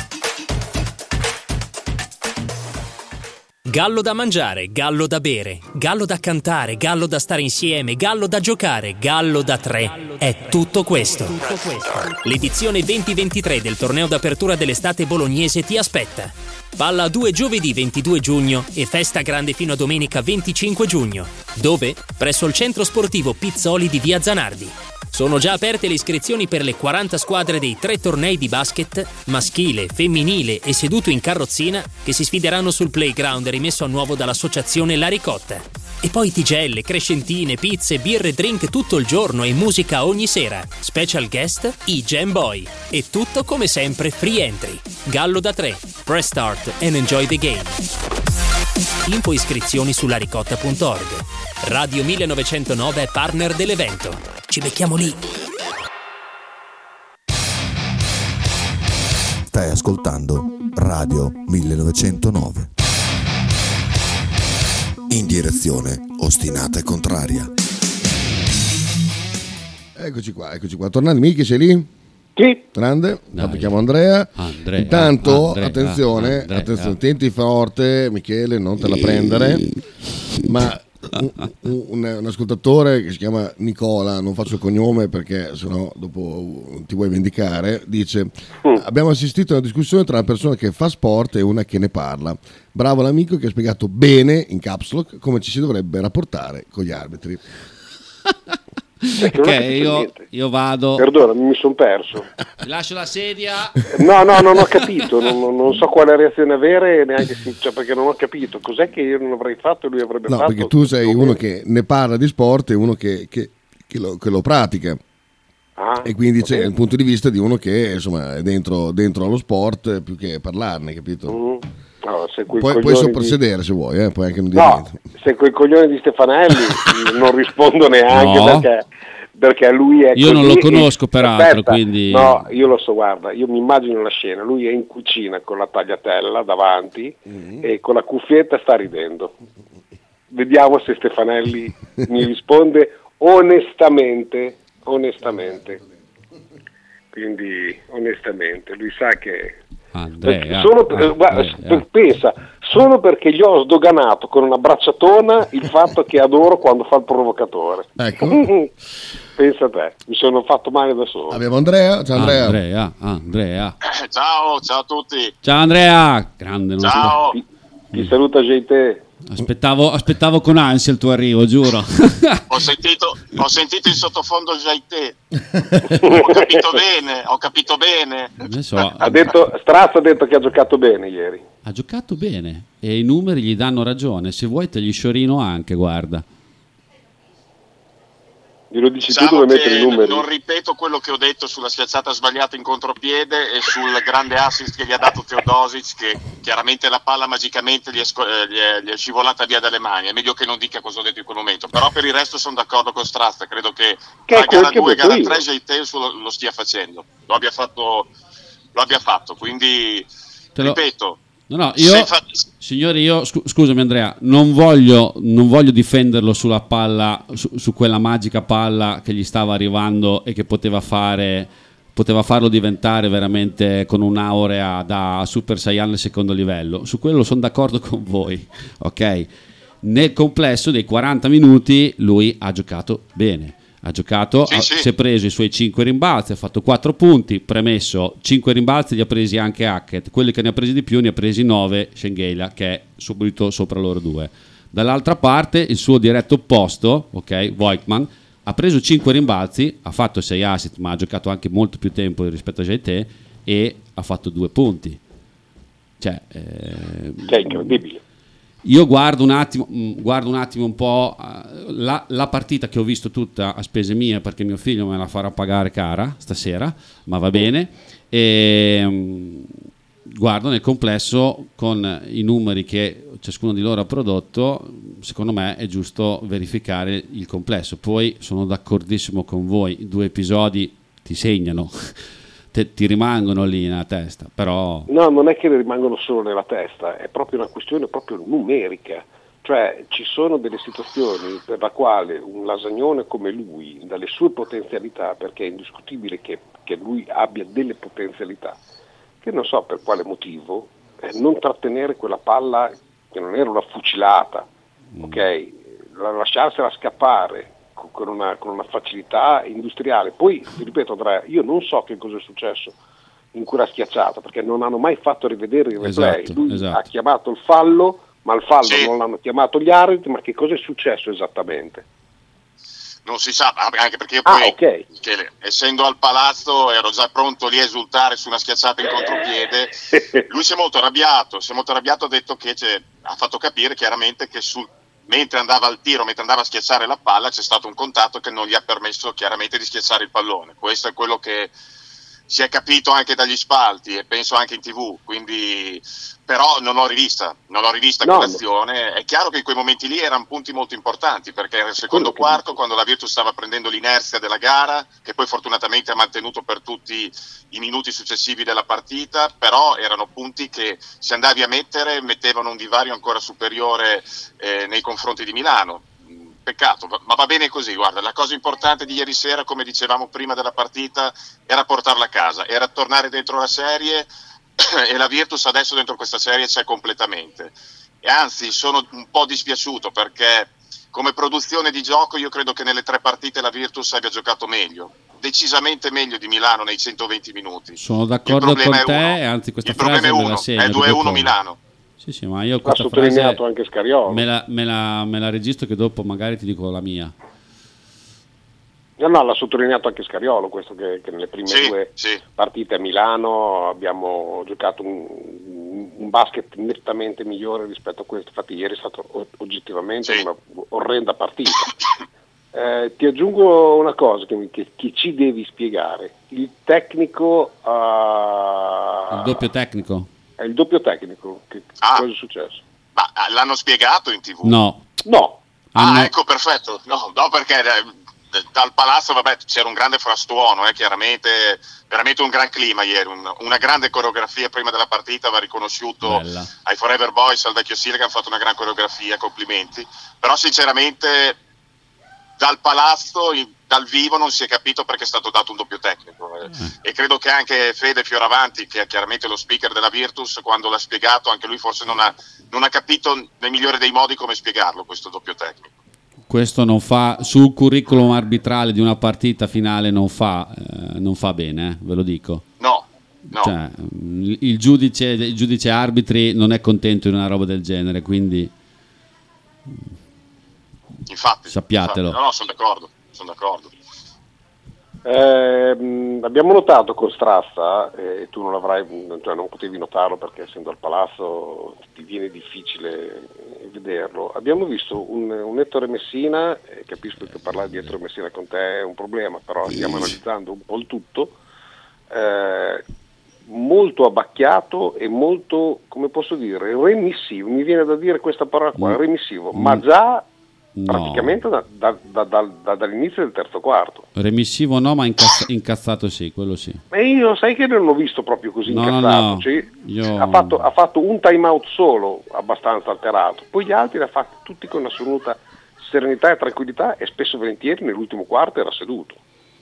Gallo da mangiare, gallo da bere, gallo da cantare, gallo da stare insieme, gallo da giocare, gallo da tre. È tutto questo. L'edizione venti ventitré del torneo d'apertura dell'estate bolognese ti aspetta. Palla a due giovedì ventidue giugno e festa grande fino a domenica venticinque giugno. Dove? Presso il centro sportivo Pizzoli di via Zanardi. Sono già aperte le iscrizioni per le quaranta squadre dei tre tornei di basket, maschile, femminile e seduto in carrozzina, che si sfideranno sul playground rimesso a nuovo dall'associazione La Ricotta. E poi tigelle, crescentine, pizze, birre e drink tutto il giorno e musica ogni sera. Special guest, i Jam Boy. E tutto come sempre free entry. Gallo da tre. Press start and enjoy the game. Info iscrizioni su laricotta punto org. Radio millenovecentonove è partner dell'evento. Ci becchiamo lì. Stai ascoltando Radio millenovecentonove. In direzione ostinata e contraria. Eccoci qua, eccoci qua. Tornando, Michi, sei lì? Sì. Grande, mi chiamo Andrea. Andrea. Intanto, Andrea, attenzione, Andrea. attenzione, tienti forte, Michele, non te la prendere. Ma un, un, un ascoltatore che si chiama Nicola, non faccio il cognome perché sennò dopo ti vuoi vendicare, dice: abbiamo assistito a una discussione tra una persona che fa sport e una che ne parla. Bravo l'amico che ha spiegato bene, in caps lock, come ci si dovrebbe rapportare con gli arbitri. Ok, io, io vado. Perdona, mi sono perso. Ti lascio la sedia. No, no, non ho capito, non, non so quale reazione avere, neanche se, cioè, perché non ho capito cos'è che io non avrei fatto e lui avrebbe No, fatto. perché tu sei uno che ne parla di sport e uno che, che, che, lo, che lo pratica. Ah, e quindi c'è okay. il punto di vista di uno che insomma è dentro, dentro allo sport più che parlarne, capito? Mm. Allora, se quei Puoi, puoi coglioni soprassedere di... se vuoi, eh? Puoi anche non dire No, niente. se quel coglione di Stefanelli non rispondo neanche No. perché, perché lui è Io così non lo e- conosco peraltro, aspetta, quindi- no, io lo so, guarda, io mi immagino la scena, lui è in cucina con la tagliatella davanti Mm-hmm. e con la cuffietta sta ridendo. Vediamo se Stefanelli mi risponde onestamente, onestamente. Quindi onestamente, lui sa che Andrea. solo per- Andrea. guarda, per- pensa, solo perché gli ho sdoganato con una bracciatona il fatto che adoro quando fa il provocatore. Ecco. Pensa a te, mi sono fatto male da solo. Abbiamo Andrea, ciao Andrea. Andrea, Andrea. Ciao, ciao a tutti. Ciao Andrea, grande. non Ciao. Ti, ti saluta J T. Aspettavo, aspettavo con ansia il tuo arrivo, giuro. Ho sentito, ho sentito il sottofondo già in te. Ho capito bene, ho capito bene. Adesso Ha detto, Strazza ha detto che ha giocato bene ieri. ha giocato bene e i numeri gli danno ragione. Se vuoi te li sciorino anche, guarda. Glielo dici Diciamo tu dove che mettere i numeri? non ripeto quello che ho detto sulla schiacciata sbagliata in contropiede e sul grande assist che gli ha dato Teodosic, che chiaramente la palla magicamente gli è, sco- eh, gli è, gli è scivolata via dalle mani. È meglio che non dica cosa ho detto in quel momento, però per il resto sono d'accordo con Strazza. Credo che, Che è tra quel gara che due e ho detto gara io. tre J T lo, lo stia facendo, lo abbia fatto, lo abbia fatto. Quindi Te lo- ripeto, No, no, io, se fa- signori, io scu- scusami Andrea, non voglio, non voglio difenderlo sulla palla, su, su quella magica palla che gli stava arrivando e che poteva fare, poteva farlo diventare veramente con un'aurea da Super Saiyan al secondo livello. Su quello sono d'accordo con voi, ok? Nel complesso dei quaranta minuti lui ha giocato bene. Ha giocato, Sì, ha- sì. si è preso i suoi cinque rimbalzi, ha fatto quattro punti, premesso cinque rimbalzi li ha presi anche Hackett, quelli che ne ha presi di più ne ha presi nove Schengelia, che è subito sopra loro due. Dall'altra parte il suo diretto opposto, ok, Voigtman, ha preso cinque rimbalzi, ha fatto sei assist, ma ha giocato anche molto più tempo rispetto a J T e ha fatto due punti. Cioè, eh, Che è incredibile. io guardo un attimo, mh, guardo un attimo un po' eh, la, la partita che ho visto tutta a spese mie perché mio figlio me la farà pagare cara stasera, ma va bene. E mh, guardo nel complesso con i numeri che ciascuno di loro ha prodotto. Secondo me è giusto verificare il complesso. Poi sono d'accordissimo con voi, i due episodi ti segnano. Te, ti rimangono lì nella testa, però No, non è che rimangono solo nella testa, è proprio una questione proprio numerica. Cioè ci sono delle situazioni per la quale un lasagnone come lui, dalle sue potenzialità, perché è indiscutibile che, che lui abbia delle potenzialità, che non so per quale motivo, eh, non trattenere quella palla che non era una fucilata, ok? La- lasciarsela scappare con- con una, con una facilità industriale. Poi, ti ripeto Andrea, io non so che cosa è successo in quella schiacciata, perché non hanno mai fatto rivedere il replay. Esatto, Lui esatto. ha chiamato il fallo, ma il fallo Sì. non l'hanno chiamato gli arbitri, ma che cosa è successo esattamente? non si sa, anche perché io poi, ah, okay. che, essendo al palazzo, ero già pronto lì a esultare su una schiacciata in contropiede. Lui si è molto arrabbiato, si è molto arrabbiato, ha detto che ha fatto capire chiaramente che sul, mentre andava al tiro, mentre andava a schiacciare la palla, c'è stato un contatto che non gli ha permesso chiaramente di schiacciare il pallone. Questo è quello che si è capito anche dagli spalti e penso anche in tv, quindi però non l'ho rivista, non l'ho rivista no, quell'azione. È chiaro che in quei momenti lì erano punti molto importanti, perché era il secondo quarto, quando la Virtus stava prendendo l'inerzia della gara, che poi fortunatamente ha mantenuto per tutti i minuti successivi della partita, però erano punti che se andavi a mettere mettevano un divario ancora superiore eh, nei confronti di Milano. Peccato, ma va bene così. Guarda, la cosa importante di ieri sera, come dicevamo prima della partita, era portarla a casa, era tornare dentro la serie e la Virtus adesso dentro questa serie c'è completamente. E anzi, sono un po' dispiaciuto perché come produzione di gioco io credo che nelle tre partite la Virtus abbia giocato meglio, decisamente meglio di Milano nei centoventi minuti. Sono d'accordo con te, e anzi questa il problema frase è me uno, la segno. è due a uno Milano. Sì, sì, ma io l'ha questa sottolineato frase anche Scariolo. Me la, me, la, me la registro che dopo magari ti dico la mia. No, no, l'ha sottolineato anche Scariolo, questo che, che nelle prime sì, due sì. partite a Milano abbiamo giocato un, un basket nettamente migliore rispetto a questo. Infatti ieri è stata oggettivamente sì. una orrenda partita. Eh, ti aggiungo una cosa che, che, che ci devi spiegare. Il tecnico... Uh, il doppio tecnico? È il doppio tecnico. Che, ah. Cosa è successo? Ma l'hanno spiegato in tv? No. No. Ah, hanno... ecco, perfetto. No, no perché... dal palazzo vabbè c'era un grande frastuono, eh, chiaramente veramente un gran clima ieri, un, una grande coreografia prima della partita, va riconosciuto Bella. ai Forever Boys, al vecchio Sile che hanno fatto una gran coreografia, complimenti, però sinceramente dal palazzo, in, dal vivo non si è capito perché è stato dato un doppio tecnico eh. Mm. E credo che anche Fede Fioravanti, che è chiaramente lo speaker della Virtus, quando l'ha spiegato anche lui forse non ha, non ha capito nel migliore dei modi come spiegarlo questo doppio tecnico. Questo non fa, sul curriculum arbitrale di una partita finale non fa, eh, non fa bene, eh, ve lo dico. No, no. Cioè, il, il, giudice, il giudice arbitri non è contento di una roba del genere, quindi infatti, sappiatelo. Infatti. No, no, sono d'accordo, sono d'accordo. Eh, abbiamo notato con Strazza, e eh, tu non avrai, cioè non potevi notarlo perché essendo al palazzo ti viene difficile vederlo. Abbiamo visto un, un Ettore Messina, eh, capisco che parlare di Ettore Messina con te è un problema, però stiamo analizzando un po' il tutto, eh, molto abbacchiato e molto, come posso dire, remissivo, mi viene da dire questa parola qua, remissivo, mm. ma già No. praticamente da, da, da, da, da, dall'inizio del terzo quarto. Remissivo no, ma incazz- incazzato sì, quello sì. E io sai che non l'ho visto proprio così no, incazzato. No, no. Cioè, io... ha, fatto, ha fatto un time out solo abbastanza alterato, poi gli altri li ha fatti tutti con assoluta serenità e tranquillità, e spesso e volentieri nell'ultimo quarto era seduto.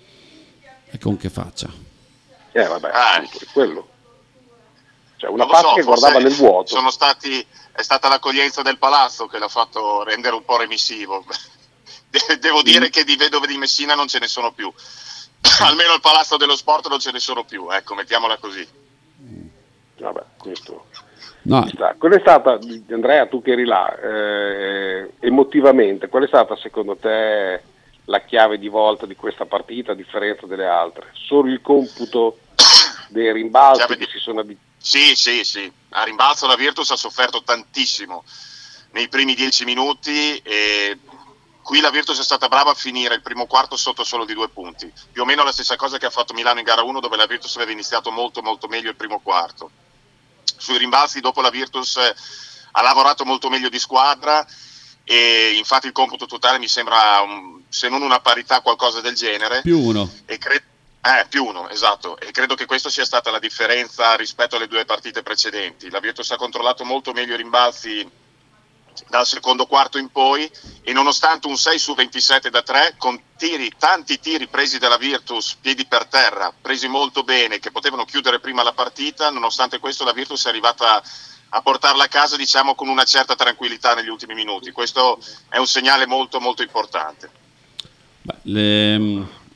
E con che faccia? Eh vabbè, ah. appunto, è quello. Cioè una non lo faccia so, che guardava nel vuoto. Sono stati, è stata l'accoglienza del palazzo che l'ha fatto rendere un po' remissivo. Devo dire mm. che di vedove di Messina non ce ne sono più. Almeno al Palazzo dello Sport non ce ne sono più, ecco, mettiamola così. Vabbè, questo... No. Qual è stata, Andrea, tu che eri là, eh, emotivamente, qual è stata secondo te la chiave di volta di questa partita a differenza delle altre? Solo il computo dei rimbalzi che di... si sono abituati? Sì, sì, sì. A rimbalzo la Virtus ha sofferto tantissimo nei primi dieci minuti e qui la Virtus è stata brava a finire il primo quarto sotto solo di due punti. Più o meno la stessa cosa che ha fatto Milano in gara uno, dove la Virtus aveva iniziato molto molto meglio il primo quarto. Sui rimbalzi dopo la Virtus ha lavorato molto meglio di squadra e infatti il computo totale mi sembra, un, se non una parità, qualcosa del genere. Più uno. E credo Eh, più uno, esatto, e credo che questa sia stata la differenza rispetto alle due partite precedenti. La Virtus ha controllato molto meglio i rimbalzi dal secondo quarto in poi e nonostante un sei su ventisette da tre, con tiri, tanti tiri presi dalla Virtus, piedi per terra, presi molto bene, che potevano chiudere prima la partita, nonostante questo la Virtus è arrivata a portarla a casa, diciamo, con una certa tranquillità negli ultimi minuti. Questo è un segnale molto molto importante. Beh, le...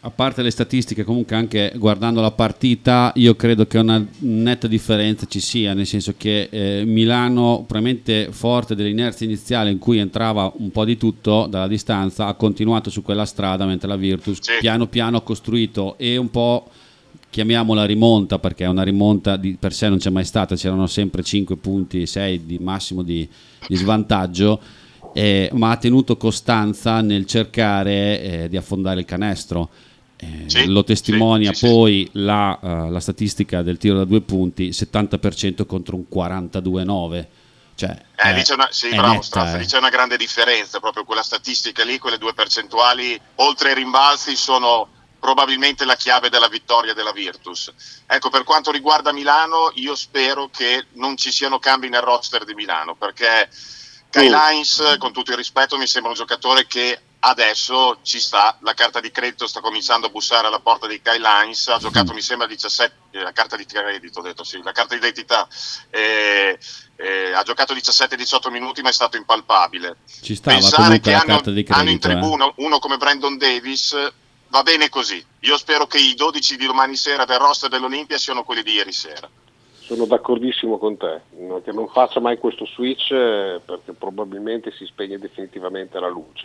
a parte le statistiche, comunque anche guardando la partita, io credo che una netta differenza ci sia, nel senso che eh, Milano, probabilmente forte dell'inerzia iniziale in cui entrava un po' di tutto dalla distanza, ha continuato su quella strada, mentre la Virtus sì. piano piano ha costruito e un po', chiamiamola rimonta, perché una rimonta di per sé non c'è mai stata, c'erano sempre cinque punti, sei di massimo di, di svantaggio, eh, ma ha tenuto costanza nel cercare eh, di affondare il canestro. Eh, sì, lo testimonia sì, poi sì. La, uh, la statistica del tiro da due punti, settanta per cento contro un quarantadue virgola nove. Cioè, eh, è, lì c'è una, sì, è bravo, netta, Strazza, eh. lì c'è una grande differenza, proprio quella statistica lì, quelle due percentuali, oltre ai rimbalzi, sono probabilmente la chiave della vittoria della Virtus. Ecco, per quanto riguarda Milano, io spero che non ci siano cambi nel roster di Milano, perché Kyle Hines, con tutto il rispetto, mi sembra un giocatore che adesso ci sta, la carta di credito sta cominciando a bussare alla porta di Kyle Hines, ha giocato mm. mi sembra diciassette, la carta di credito, ho detto sì, la carta di identità, eh, eh, ha giocato diciassette diciotto minuti ma è stato impalpabile. Ci stava Pensare comunque che la hanno, carta di credito, hanno in tribuna eh. uno come Brandon Davis, va bene così, io spero che i dodici di domani sera del roster dell'Olimpia siano quelli di ieri sera. Sono d'accordissimo con te, che non faccia mai questo switch perché probabilmente si spegne definitivamente la luce.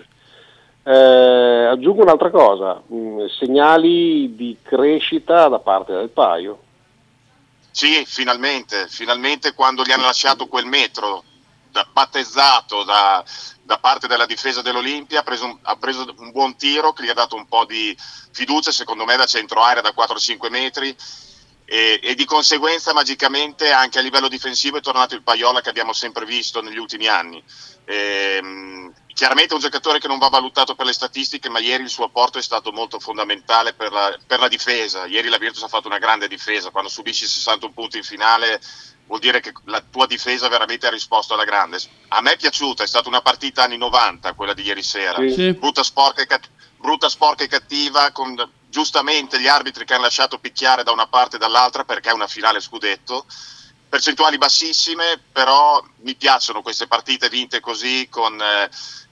Eh, aggiungo un'altra cosa, mh, segnali di crescita da parte del Paio. Sì, finalmente, finalmente quando gli hanno lasciato quel metro da, battezzato da, da parte della difesa dell'Olimpia, ha preso, un, ha preso un buon tiro che gli ha dato un po' di fiducia, secondo me da centro area da quattro cinque metri. E, e di conseguenza magicamente anche a livello difensivo è tornato il Paiola che abbiamo sempre visto negli ultimi anni. E, mh, chiaramente è un giocatore che non va valutato per le statistiche, ma ieri il suo apporto è stato molto fondamentale per la, per la difesa. Ieri la Virtus ha fatto una grande difesa, quando subisci sessantuno punti in finale vuol dire che la tua difesa veramente ha risposto alla grande. A me è piaciuta, è stata una partita anni novanta quella di ieri sera, sì. brutta, sporca e cat- brutta sporca e cattiva, con giustamente gli arbitri che hanno lasciato picchiare da una parte e dall'altra perché è una finale scudetto, percentuali bassissime, però mi piacciono queste partite vinte così con eh,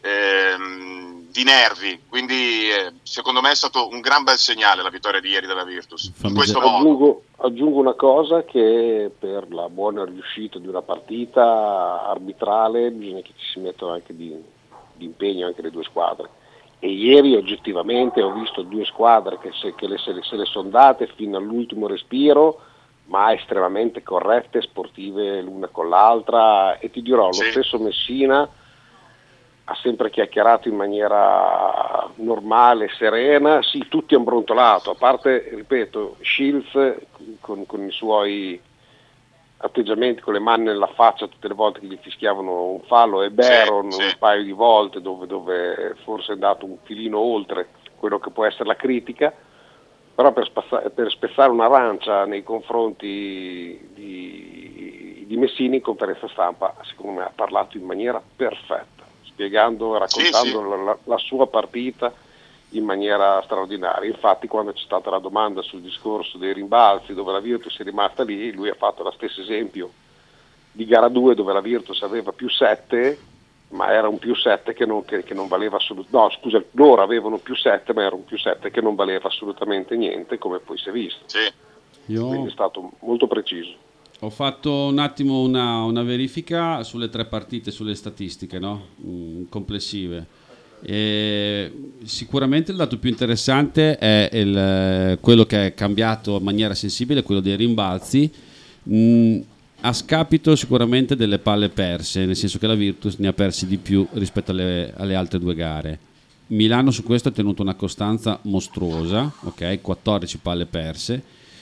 ehm, di nervi, quindi eh, secondo me è stato un gran bel segnale la vittoria di ieri della Virtus. In questo modo. Aggiungo, aggiungo una cosa, che per la buona riuscita di una partita arbitrale bisogna che ci si mettano anche di, di impegno anche le due squadre. E ieri oggettivamente ho visto due squadre che, se, che le, se, le, se le sono date fino all'ultimo respiro, ma estremamente corrette, sportive l'una con l'altra, e ti dirò, sì. Lo stesso Messina ha sempre chiacchierato in maniera normale, serena, sì, tutti hanno brontolato, a parte, ripeto, Shields con, con i suoi atteggiamenti, con le mani nella faccia tutte le volte che gli fischiavano un fallo, e Baron sì, sì. un paio di volte dove, dove forse è andato un filino oltre quello che può essere la critica, però per, spazza- per spezzare un'arancia nei confronti di, di Messini in conferenza stampa, secondo me ha parlato in maniera perfetta, spiegando e raccontando sì, sì. La, la, la sua partita in maniera straordinaria. Infatti quando c'è stata la domanda sul discorso dei rimbalzi dove la Virtus è rimasta lì, lui ha fatto lo stesso esempio di gara due dove la Virtus aveva più sette, ma era un più sette che non, che, che non valeva assolutamente, no scusa, loro avevano più sette ma era un più sette che non valeva assolutamente niente, come poi si è visto. Sì. Io Quindi è stato molto preciso. Ho fatto un attimo una, una verifica sulle tre partite, sulle statistiche, no? Mm, complessive. E sicuramente il dato più interessante è il, quello che è cambiato in maniera sensibile, quello dei rimbalzi, mh, a scapito sicuramente delle palle perse, nel senso che la Virtus ne ha persi di più rispetto alle, alle altre due gare. Milano su questo ha tenuto una costanza mostruosa, ok, quattordici palle perse,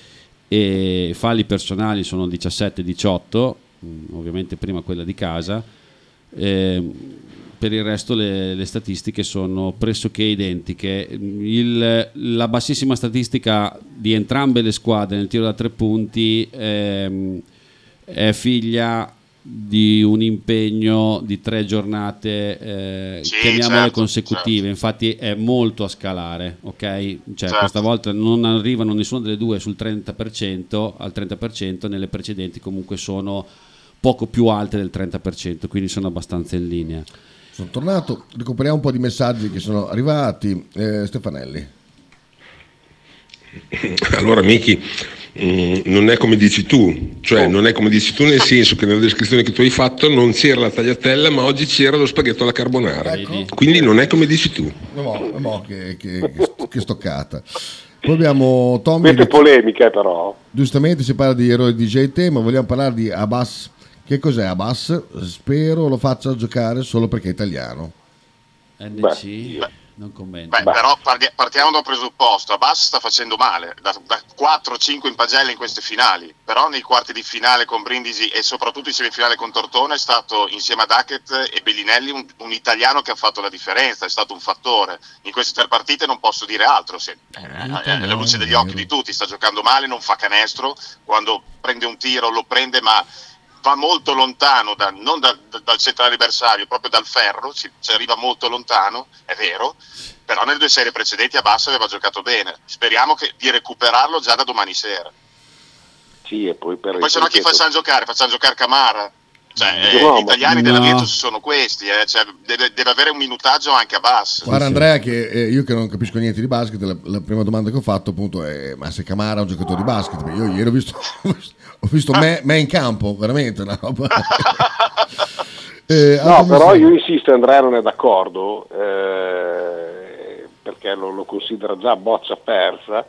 e falli personali sono diciassette diciotto, mh, ovviamente prima quella di casa. Eh, per il resto le, le statistiche sono pressoché identiche. Il, la bassissima statistica di entrambe le squadre nel tiro da tre punti ehm, è figlia di un impegno di tre giornate eh, sì, chiamiamole certo, consecutive, certo. Infatti è molto a scalare, ok? Cioè certo. Questa volta non arrivano nessuna delle due sul trenta per cento, al trenta per cento, nelle precedenti comunque sono poco più alte del trenta per cento, quindi sono abbastanza in linea. Sono tornato, recuperiamo un po' di messaggi che sono arrivati. eh, Stefanelli. Allora Miki, mh, non è come dici tu, cioè non è come dici tu nel senso che nella descrizione che tu hai fatto non c'era la tagliatella, ma oggi c'era lo spaghetto alla carbonara, Ecco. quindi non è come dici tu. No, no, che, che, che stoccata. Poi abbiamo Tommy. Queste polemiche però. Giustamente si parla di eroi di D J T, ma vogliamo parlare di Abbas. Che cos'è Abbas? Spero lo faccia giocare solo perché è italiano. N C, Beh. non commento. Beh, però parli- partiamo da un presupposto. Abbas sta facendo male da, da quattro cinque in pagelle in queste finali, però nei quarti di finale con Brindisi e soprattutto in semifinale con Tortona è stato insieme ad Hackett e Bellinelli un, un italiano che ha fatto la differenza, è stato un fattore. In queste tre partite non posso dire altro, se, eh, è la luce degli occhi di tutti, sta giocando male, non fa canestro, quando prende un tiro lo prende ma va molto lontano, da, non da, da, dal centrale avversario, proprio dal ferro, ci, ci arriva molto lontano, è vero, però nelle due serie precedenti Abbas aveva giocato bene, speriamo che, di recuperarlo già da domani sera. Sì, e poi per e poi se no chi facciamo giocare? Facciamo giocare Camara? Cioè, No, eh, gli italiani no. della Virtus sono questi, eh, cioè, deve, deve avere un minutaggio anche a Abbas. Guarda Andrea, che eh, io che non capisco niente di basket, la, la prima domanda che ho fatto appunto è: ma se Camara è un giocatore di basket? Perché io ieri ho visto, ho visto me, me in campo, veramente una roba. eh, No, però messaggio. io insisto, Andrea non è d'accordo, eh, perché lo, lo considera già boccia persa.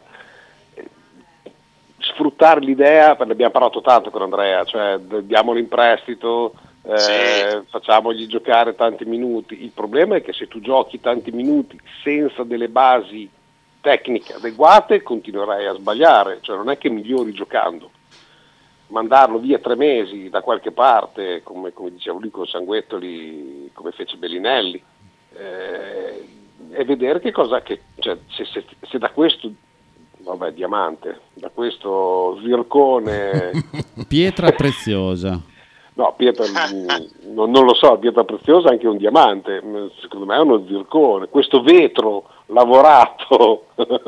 Sfruttare l'idea, ne abbiamo parlato tanto con Andrea, cioè diamolo in prestito, eh, Sì. facciamogli giocare tanti minuti. Il problema è che se tu giochi tanti minuti senza delle basi tecniche adeguate continuerai a sbagliare, cioè non è che migliori giocando. Mandarlo via tre mesi da qualche parte, come, come diceva lui con Sanguettoli, come fece Bellinelli, eh, e vedere che cosa, che, cioè, se, se, se da questo, vabbè, diamante, da questo zircone, Pietra preziosa. no, pietra, non, non lo so, pietra preziosa è anche un diamante, secondo me è uno zircone, questo vetro lavorato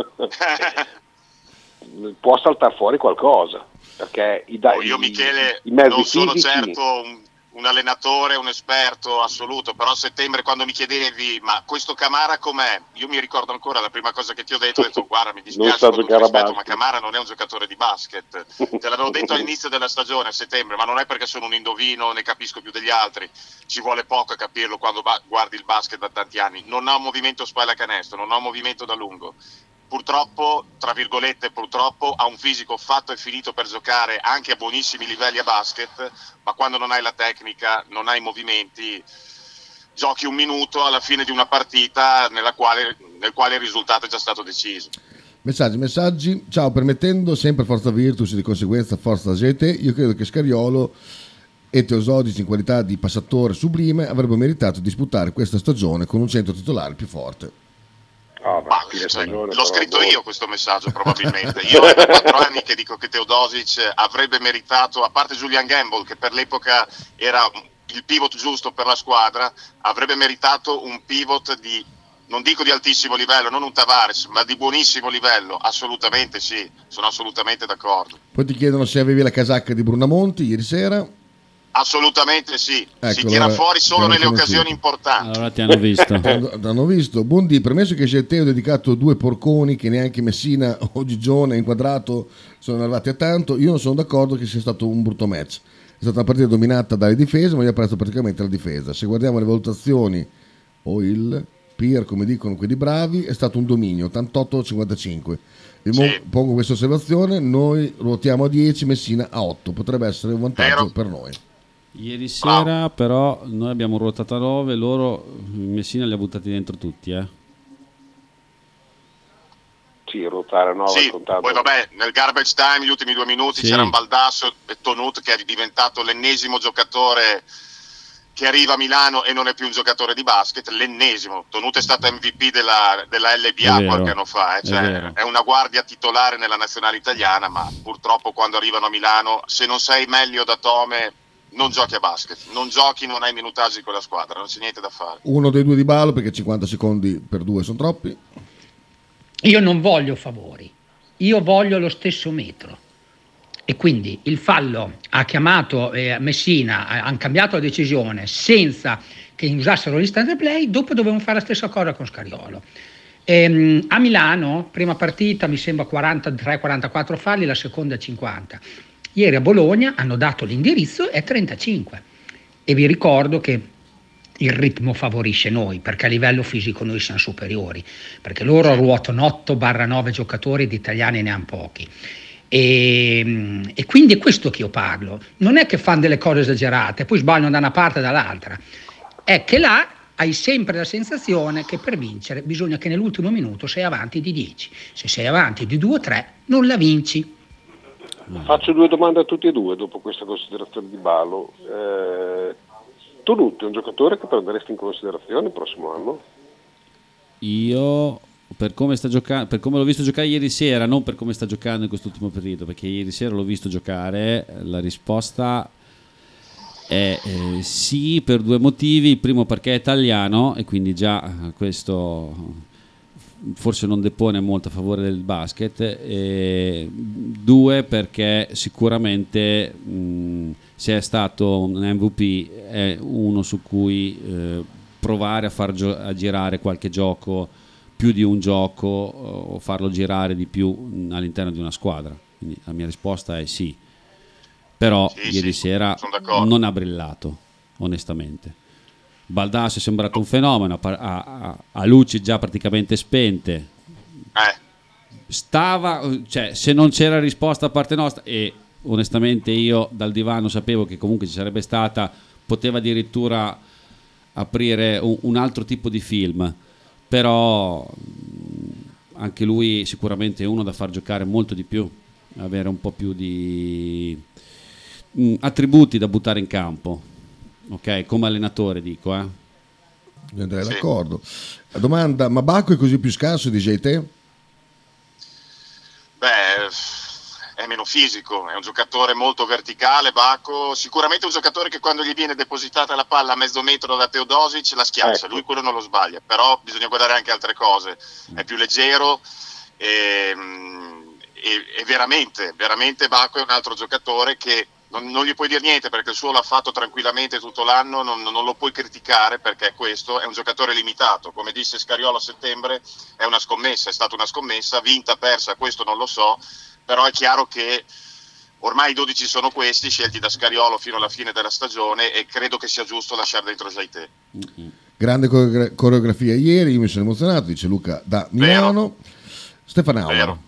può saltare fuori qualcosa, perché i, da- Oh, io Michele i mezzi non sono fisici, certo un, un allenatore, un esperto assoluto, però a settembre quando mi chiedevi ma questo Camara com'è? Io mi ricordo ancora la prima cosa che ti ho detto, ho detto guarda mi Non dispiace sa con tutto giocare a rispetto, ma basket. Camara non è un giocatore di basket, te l'avevo detto all'inizio della stagione a settembre, ma non è perché sono un indovino, ne capisco più degli altri, ci vuole poco a capirlo quando ba- guardi il basket da tanti anni, non ha un movimento spalla canestro, non ha un movimento da lungo. Purtroppo, tra virgolette, purtroppo ha un fisico fatto e finito per giocare anche a buonissimi livelli a basket, ma quando non hai la tecnica, non hai i movimenti, giochi un minuto alla fine di una partita nella quale, nel quale il risultato è già stato deciso. Messaggi, messaggi. Ciao, permettendo sempre Forza Virtus e di conseguenza Forza G T, io credo che Scariolo e Teosodici in qualità di passatore sublime avrebbero meritato di disputare questa stagione con un centro titolare più forte. Ah, ma Ma, fine cioè, stagione, l'ho però, scritto boh. io questo messaggio probabilmente. Io è da quattro anni che dico che Teodosic avrebbe meritato, a parte Julian Gamble che per l'epoca era il pivot giusto per la squadra, avrebbe meritato un pivot di, non dico di altissimo livello, non un Tavares, ma di buonissimo livello. Assolutamente sì, sono assolutamente d'accordo. Poi ti chiedono se avevi la casacca di Brunamonti ieri sera. Assolutamente sì, Ecco, si tira allora, fuori solo ti hanno nelle conosciuto. occasioni importanti. Allora ti hanno visto. L'hanno visto. Buondì, premesso che G T ha dedicato due porconi che neanche Messina o Gigione inquadrato sono arrivati a tanto, io non sono d'accordo che sia stato un brutto match. È stata una partita dominata dalle difese, ma io ho apprezzato praticamente la difesa. Se guardiamo le valutazioni o il peer, come dicono quelli bravi, è stato un dominio, ottantotto a cinquantacinque. Vi mo- Sì. pongo questa osservazione, noi ruotiamo a dieci, Messina a otto, potrebbe essere un vantaggio Vero. per noi. Ieri sera però noi abbiamo ruotato a nove, loro Messina li ha buttati dentro tutti, eh. Sì, ruotare no, Sì, contando. poi vabbè, nel garbage time, gli ultimi due minuti, Sì. c'erano Baldasso e Tonut che è diventato l'ennesimo giocatore che arriva a Milano e non è più un giocatore di basket, l'ennesimo. Tonut è stato M V P della, della L B A È vero, qualche anno fa, eh. è Cioè, vero. è una guardia titolare nella nazionale italiana, ma purtroppo quando arrivano a Milano, se non sei meglio da Tome, non giochi a basket, non giochi, non hai minutaggi con la squadra, non c'è niente da fare. Uno dei due di ballo, perché cinquanta secondi per due sono troppi. Io non voglio favori, io voglio lo stesso metro. E quindi il fallo ha chiamato eh, Messina, ha- hanno cambiato la decisione senza che usassero l'instant replay, dopo dovevano fare la stessa cosa con Scariolo. Ehm, a Milano, prima partita mi sembra quarantatré quarantaquattro falli, la seconda cinquanta. Ieri a Bologna hanno dato l'indirizzo e trentacinque. E vi ricordo che il ritmo favorisce noi, perché a livello fisico noi siamo superiori, perché loro ruotano otto nove giocatori ed italiani ne hanno pochi. E, e quindi è questo che io parlo. Non è che fanno delle cose esagerate, poi sbagliano da una parte e dall'altra. È che là hai sempre la sensazione che per vincere bisogna che nell'ultimo minuto sei avanti di dieci. Se sei avanti di due o tre non la vinci. Faccio due domande a tutti e due dopo questa considerazione di Balo. Eh, Tonutti è un giocatore che prenderesti in considerazione il prossimo anno? Io per come sta giocando, per come l'ho visto giocare ieri sera, non per come sta giocando in quest'ultimo periodo, perché ieri sera l'ho visto giocare, la risposta è eh, sì, per due motivi. Il primo perché è italiano e quindi già questo forse non depone molto a favore del basket, e due perché sicuramente mh, se è stato un M V P è uno su cui eh, provare a far gio- a girare qualche gioco, più di un gioco, o farlo girare di più all'interno di una squadra. Quindi la mia risposta è sì, però sì, ieri sì, sera non ha brillato onestamente. Baldasso è sembrato un fenomeno, a, a, a luci già praticamente spente. Eh. Stava, cioè, se non c'era risposta da parte nostra, e onestamente io dal divano sapevo che comunque ci sarebbe stata, poteva addirittura aprire un, un altro tipo di film, però anche lui sicuramente è uno da far giocare molto di più, avere un po' più di mh, attributi da buttare in campo. Ok, come allenatore dico, eh. Io andrei d'accordo. La domanda: ma Bacco è così più scarso di J T? Beh, è meno fisico, è un giocatore molto verticale. Bacco sicuramente un giocatore che quando gli viene depositata la palla a mezzo metro da Teodosic la schiaccia, ecco. Lui quello non lo sbaglia, però bisogna guardare anche altre cose. È più leggero e, e, e veramente, veramente Bacco è un altro giocatore che Non, non gli puoi dire niente, perché il suo l'ha fatto tranquillamente tutto l'anno, non, non lo puoi criticare, perché questo è un giocatore limitato. Come disse Scariolo a settembre, è una scommessa, è stata una scommessa, vinta, persa, questo non lo so, però è chiaro che ormai i dodici sono questi, scelti da Scariolo fino alla fine della stagione, e credo che sia giusto lasciare dentro Jaite. Mm-hmm. Grande coreogra- coreografia ieri, io mi sono emozionato, dice Luca da Milano. Vero. Stefanauer.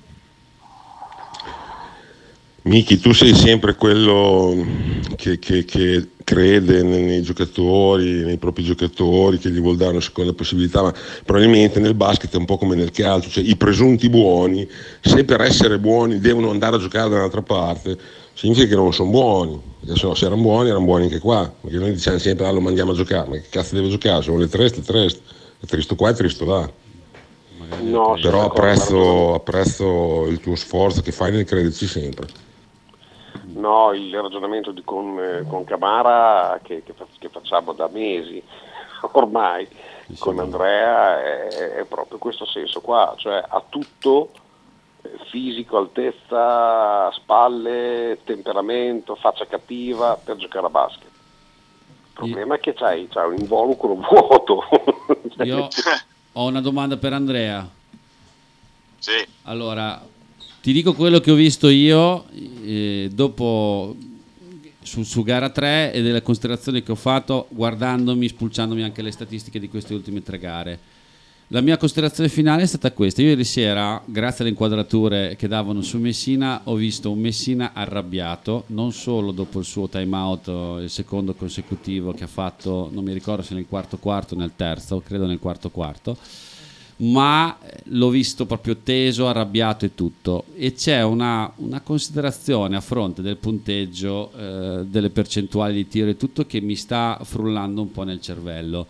Michi, tu sei sempre quello che, che, che crede nei, nei giocatori, nei propri giocatori, che gli vuol dare una seconda possibilità, ma probabilmente nel basket è un po' come nel calcio, cioè i presunti buoni, se per essere buoni devono andare a giocare da un'altra parte, significa che non sono buoni, perché se no, se erano buoni erano buoni anche qua, perché noi diciamo sempre ah, lo mandiamo a giocare, ma che cazzo deve giocare? Se vuole trest, trest, è tristo qua e tristo là. No, però apprezzo, apprezzo il tuo sforzo che fai nel crederci sempre. No, il ragionamento di con, con Camara che, che, che facciamo da mesi ormai sì, con sì. Andrea è, è proprio questo senso qua, cioè ha tutto, fisico, altezza, spalle, temperamento, faccia cattiva per giocare a basket. Il problema io... è che c'hai, c'hai un involucro vuoto. Io ho una domanda per Andrea. Sì. Allora, ti dico quello che ho visto io eh, dopo su, su gara tre e delle considerazioni che ho fatto guardandomi, spulciandomi anche le statistiche di queste ultime tre gare. La mia considerazione finale è stata questa: io ieri sera, grazie alle inquadrature che davano su Messina, ho visto un Messina arrabbiato, non solo dopo il suo time out, il secondo consecutivo che ha fatto, non mi ricordo se nel quarto quarto o nel terzo, credo nel quarto quarto, ma l'ho visto proprio teso, arrabbiato e tutto. E c'è una, una considerazione a fronte del punteggio, eh, delle percentuali di tiro e tutto, che mi sta frullando un po' nel cervello.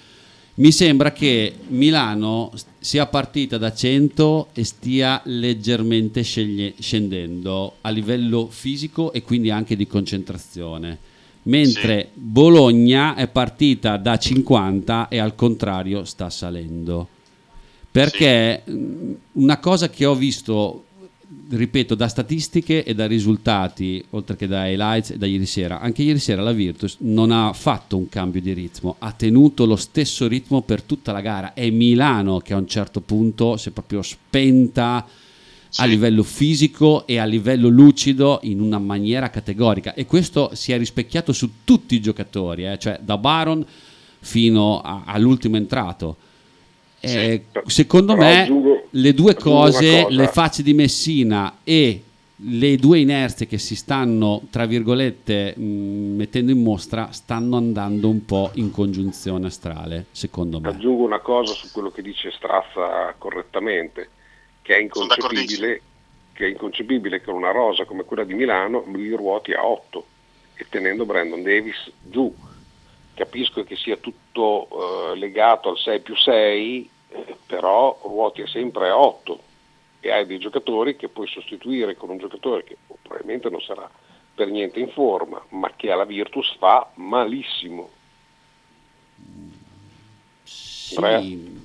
Mi sembra che Milano sia partita da cento e stia leggermente sceglie, scendendo a livello fisico e quindi anche di concentrazione, mentre sì. Bologna è partita da cinquanta e al contrario sta salendo. Perché sì. Una cosa che ho visto ripeto, da statistiche e da risultati, oltre che da highlights e da ieri sera, anche ieri sera la Virtus non ha fatto un cambio di ritmo, ha tenuto lo stesso ritmo per tutta la gara. È Milano che a un certo punto si è proprio spenta a livello fisico e a livello lucido in una maniera categorica, e questo si è rispecchiato su tutti i giocatori, eh? Cioè da Baron fino a, all'ultimo entrato. Eh, secondo Però me aggiungo- le due aggiungo cose, una cosa. le facce di Messina e le due inerzie che si stanno, tra virgolette, mh, mettendo in mostra, stanno andando un po' in congiunzione astrale, secondo me. Aggiungo una cosa su quello che dice Strazza correttamente, che è inconcepibile, che è inconcepibile che una rosa come quella di Milano li ruoti a otto e tenendo Brandon Davis giù. Capisco che sia tutto eh, legato al sei più sei, eh, però ruoti sempre a otto e hai dei giocatori che puoi sostituire con un giocatore che probabilmente non sarà per niente in forma, ma che alla Virtus fa malissimo. Sì. Andrea?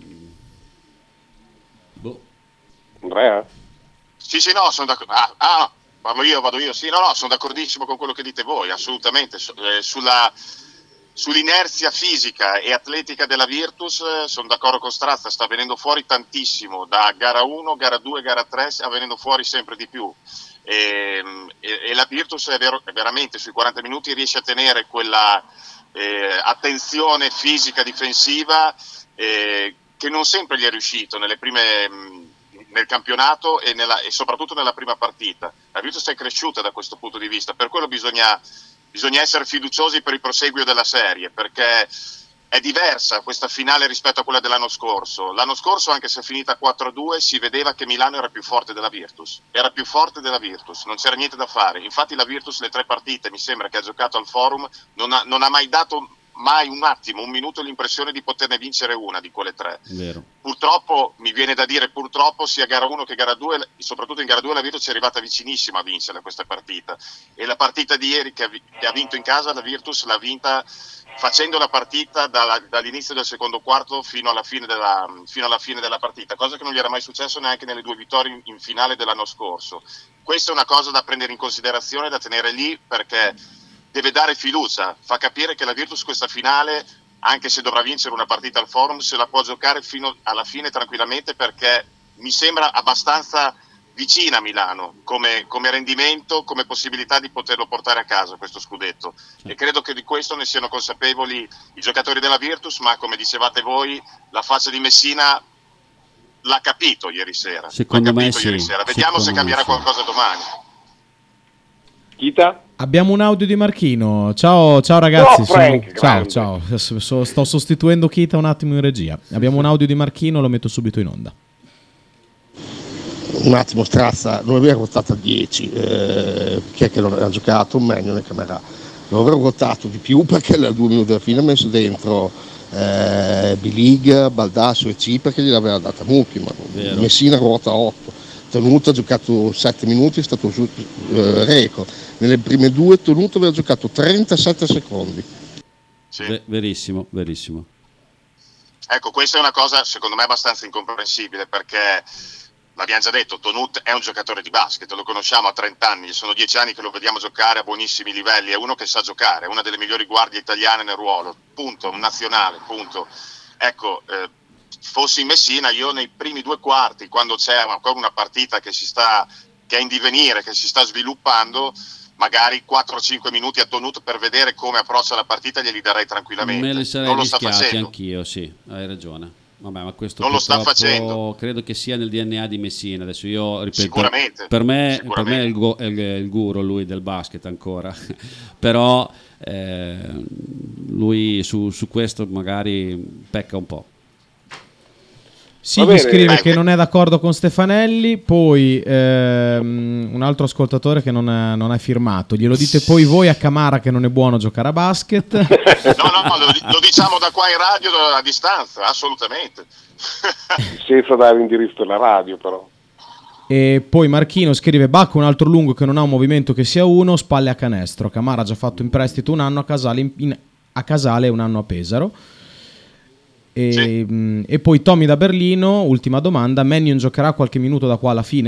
Boh. Andrea? Sì, sì, no, sono d'accordo. Ah, ah, no, parlo io, vado io. Sì, no, no, sono d'accordissimo con quello che dite voi, assolutamente. So- eh, sulla, sull'inerzia fisica e atletica della Virtus eh, sono d'accordo con Strazza, sta venendo fuori tantissimo, da gara uno, gara due, gara tre, sta venendo fuori sempre di più. E, e, e la Virtus è, vero, è veramente sui quaranta minuti riesce a tenere quella eh, attenzione fisica difensiva eh, che non sempre gli è riuscito nelle prime... Mh, nel campionato e, nella, e soprattutto nella prima partita. La Virtus è cresciuta da questo punto di vista, per quello bisogna, bisogna essere fiduciosi per il proseguio della serie, perché è diversa questa finale rispetto a quella dell'anno scorso. L'anno scorso, anche se è finita quattro a due, si vedeva che Milano era più forte della Virtus, era più forte della Virtus, non c'era niente da fare. Infatti la Virtus le tre partite, mi sembra che ha giocato al Forum, non ha, non ha mai dato mai un attimo, un minuto l'impressione di poterne vincere una di quelle tre. Vero. Purtroppo, mi viene da dire purtroppo, sia gara uno che gara due, soprattutto in gara due la Virtus è arrivata vicinissima a vincere questa partita, e la partita di ieri che ha, che ha vinto in casa la Virtus l'ha vinta facendo la partita dalla, dall'inizio del secondo quarto fino alla, fine della, fino alla fine della partita, cosa che non gli era mai successo neanche nelle due vittorie in, in finale dell'anno scorso. Questa è una cosa da prendere in considerazione, da tenere lì, perché deve dare fiducia, fa capire che la Virtus questa finale, anche se dovrà vincere una partita al Forum, se la può giocare fino alla fine tranquillamente, perché mi sembra abbastanza vicina a Milano come, come rendimento, come possibilità di poterlo portare a casa questo scudetto, e credo che di questo ne siano consapevoli i giocatori della Virtus, ma come dicevate voi, la faccia di Messina l'ha capito ieri sera. Secondo l'ha me capito sì. ieri sera. Vediamo Secondo se me cambierà sì. qualcosa domani. Chita? Abbiamo un audio di Marchino. Ciao, ciao ragazzi. No, Frank, sono... Ciao, ciao. So- sto sostituendo Kita un attimo in regia. Abbiamo un audio di Marchino, lo metto subito in onda. Un attimo, Strazza, non avevo votato a dieci, eh, chi è che non ha giocato? Meglio nel camera. Non avevo votato di più perché a due minuti alla fine ha messo dentro eh, Biliga, Baldasso e C, perché gliel'aveva data Mucchi, ma Vero. Messina ruota otto. Tenuto ha giocato sette minuti, è stato su eh, record. Nelle prime due Tenuto aveva giocato trentasette secondi. Ve- verissimo, verissimo. Ecco, questa è una cosa secondo me abbastanza incomprensibile, perché l'abbiamo già detto, Tonut è un giocatore di basket, lo conosciamo a trenta anni, sono dieci anni che lo vediamo giocare a buonissimi livelli, è uno che sa giocare, è una delle migliori guardie italiane nel ruolo, punto, un nazionale, punto. Ecco, eh, fossi in Messina, io nei primi due quarti, quando c'è ancora una partita che si sta, che è in divenire, che si sta sviluppando, magari quattro cinque minuti a Tonut per vedere come approccia la partita glieli darei tranquillamente. Me li sarei non lo sta rischiati facendo. anch'io, sì, hai ragione. Vabbè, ma questo Non lo sta purtroppo facendo. credo che sia nel D N A di Messina. Adesso io ripeto, Sicuramente, per me, per sicuramente. me è, il gu- è il- è il guru lui del basket ancora. Però eh, lui su, su questo magari pecca un po'. Sì, Va mi bene. scrive Eh, che non è d'accordo con Stefanelli, poi ehm, un altro ascoltatore che non è, non è firmato. Glielo dite poi voi a Camara che non è buono giocare a basket. No, no, lo, lo diciamo da qua in radio a distanza, assolutamente. Senza dare l'indirizzo della radio, però. E poi Marchino scrive: Bacco un altro lungo che non ha un movimento che sia uno, spalle a canestro. Camara ha già fatto in prestito un anno a Casale, in- in- a Casale e un anno a Pesaro. E, Sì. mh, e poi Tommy da Berlino, ultima domanda: Mannion giocherà qualche minuto da qua alla fine?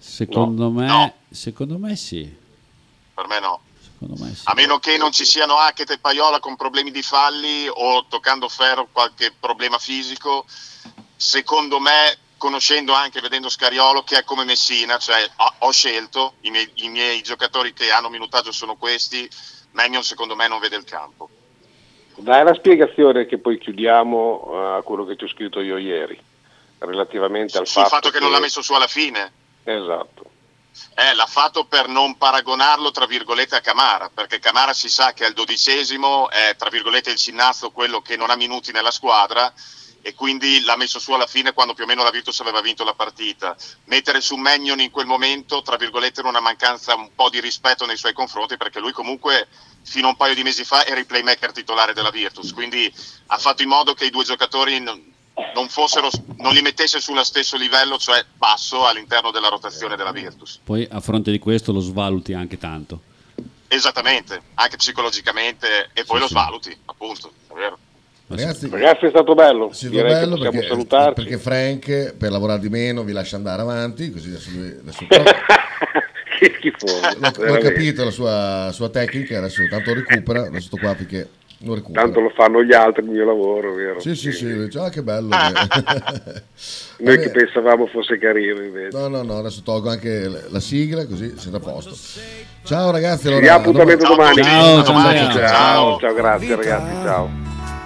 Secondo No. me, No. secondo me sì. Per me no. Secondo me sì. A meno che non ci siano Hackett e Paiola con problemi di falli o toccando ferro qualche problema fisico, secondo me, conoscendo anche, vedendo Scariolo, che è come Messina, cioè ho, ho scelto, i miei, i miei giocatori che hanno minutaggio sono questi, Mannion secondo me non vede il campo. Dai la spiegazione che poi chiudiamo a quello che ti ho scritto io ieri, relativamente al Sul fatto, fatto che non l'ha messo su alla fine. Esatto. Eh, l'ha fatto per non paragonarlo tra virgolette a Camara, perché Camara si sa che al dodicesimo è tra virgolette il cinnazzo, quello che non ha minuti nella squadra, e quindi l'ha messo su alla fine quando più o meno la Virtus aveva vinto la partita. Mettere su Mannion in quel momento tra virgolette era una mancanza un po' di rispetto nei suoi confronti, perché lui comunque fino a un paio di mesi fa era il playmaker titolare della Virtus, quindi ha fatto in modo che i due giocatori non, non fossero, non li mettesse sullo stesso livello, cioè basso, all'interno della rotazione della Virtus. Poi a fronte di questo lo svaluti anche tanto. Esattamente, anche psicologicamente, e poi Sì, lo sì. svaluti, appunto, è vero. Ragazzi, Ragazzi, è stato bello. Sì, Direi bello che possiamo perché, salutarci. perché Frank per lavorare di meno vi lascia andare avanti, così adesso lui adesso Che schifoso. l'ho, l'ho veramente. capito la sua, sua tecnica, adesso tanto recupera, adesso sto qua perché lo recupera. Tanto lo fanno gli altri il mio lavoro, vero? Sì, sì, sì, dice, ah che bello. Noi che pensavamo fosse carino invece. No, no, no, adesso tolgo anche la sigla così siete a posto. Ciao ragazzi, Ci allora, diamo appuntamento domani. Ciao, ciao, Andrea. ciao, ciao, ciao, grazie ragazzi, ciao.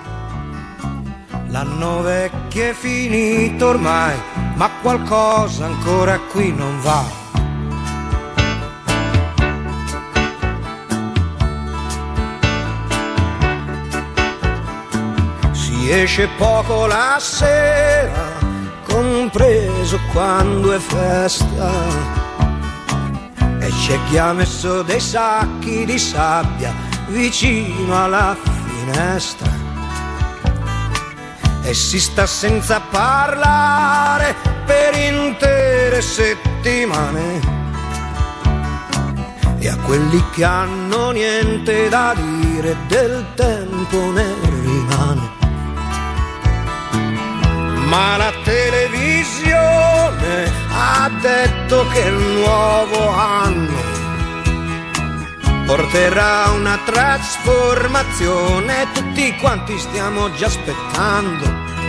L'anno vecchio è finito ormai, ma qualcosa ancora qui non va. Si esce poco la sera, compreso quando è festa, e c'è chi ha messo dei sacchi di sabbia vicino alla finestra. E si sta senza parlare per intere settimane, e a quelli che hanno niente da dire del tempo ne rimane. Ma la televisione ha detto che il nuovo anno porterà una trasformazione, tutti quanti stiamo già aspettando.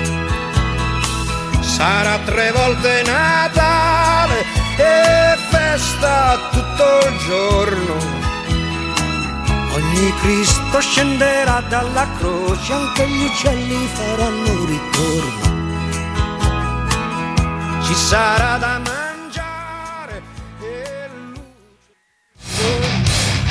Sarà tre volte Natale e festa tutto il giorno. Ogni Cristo scenderà dalla croce, anche gli uccelli faranno ritorno. Ci sarà da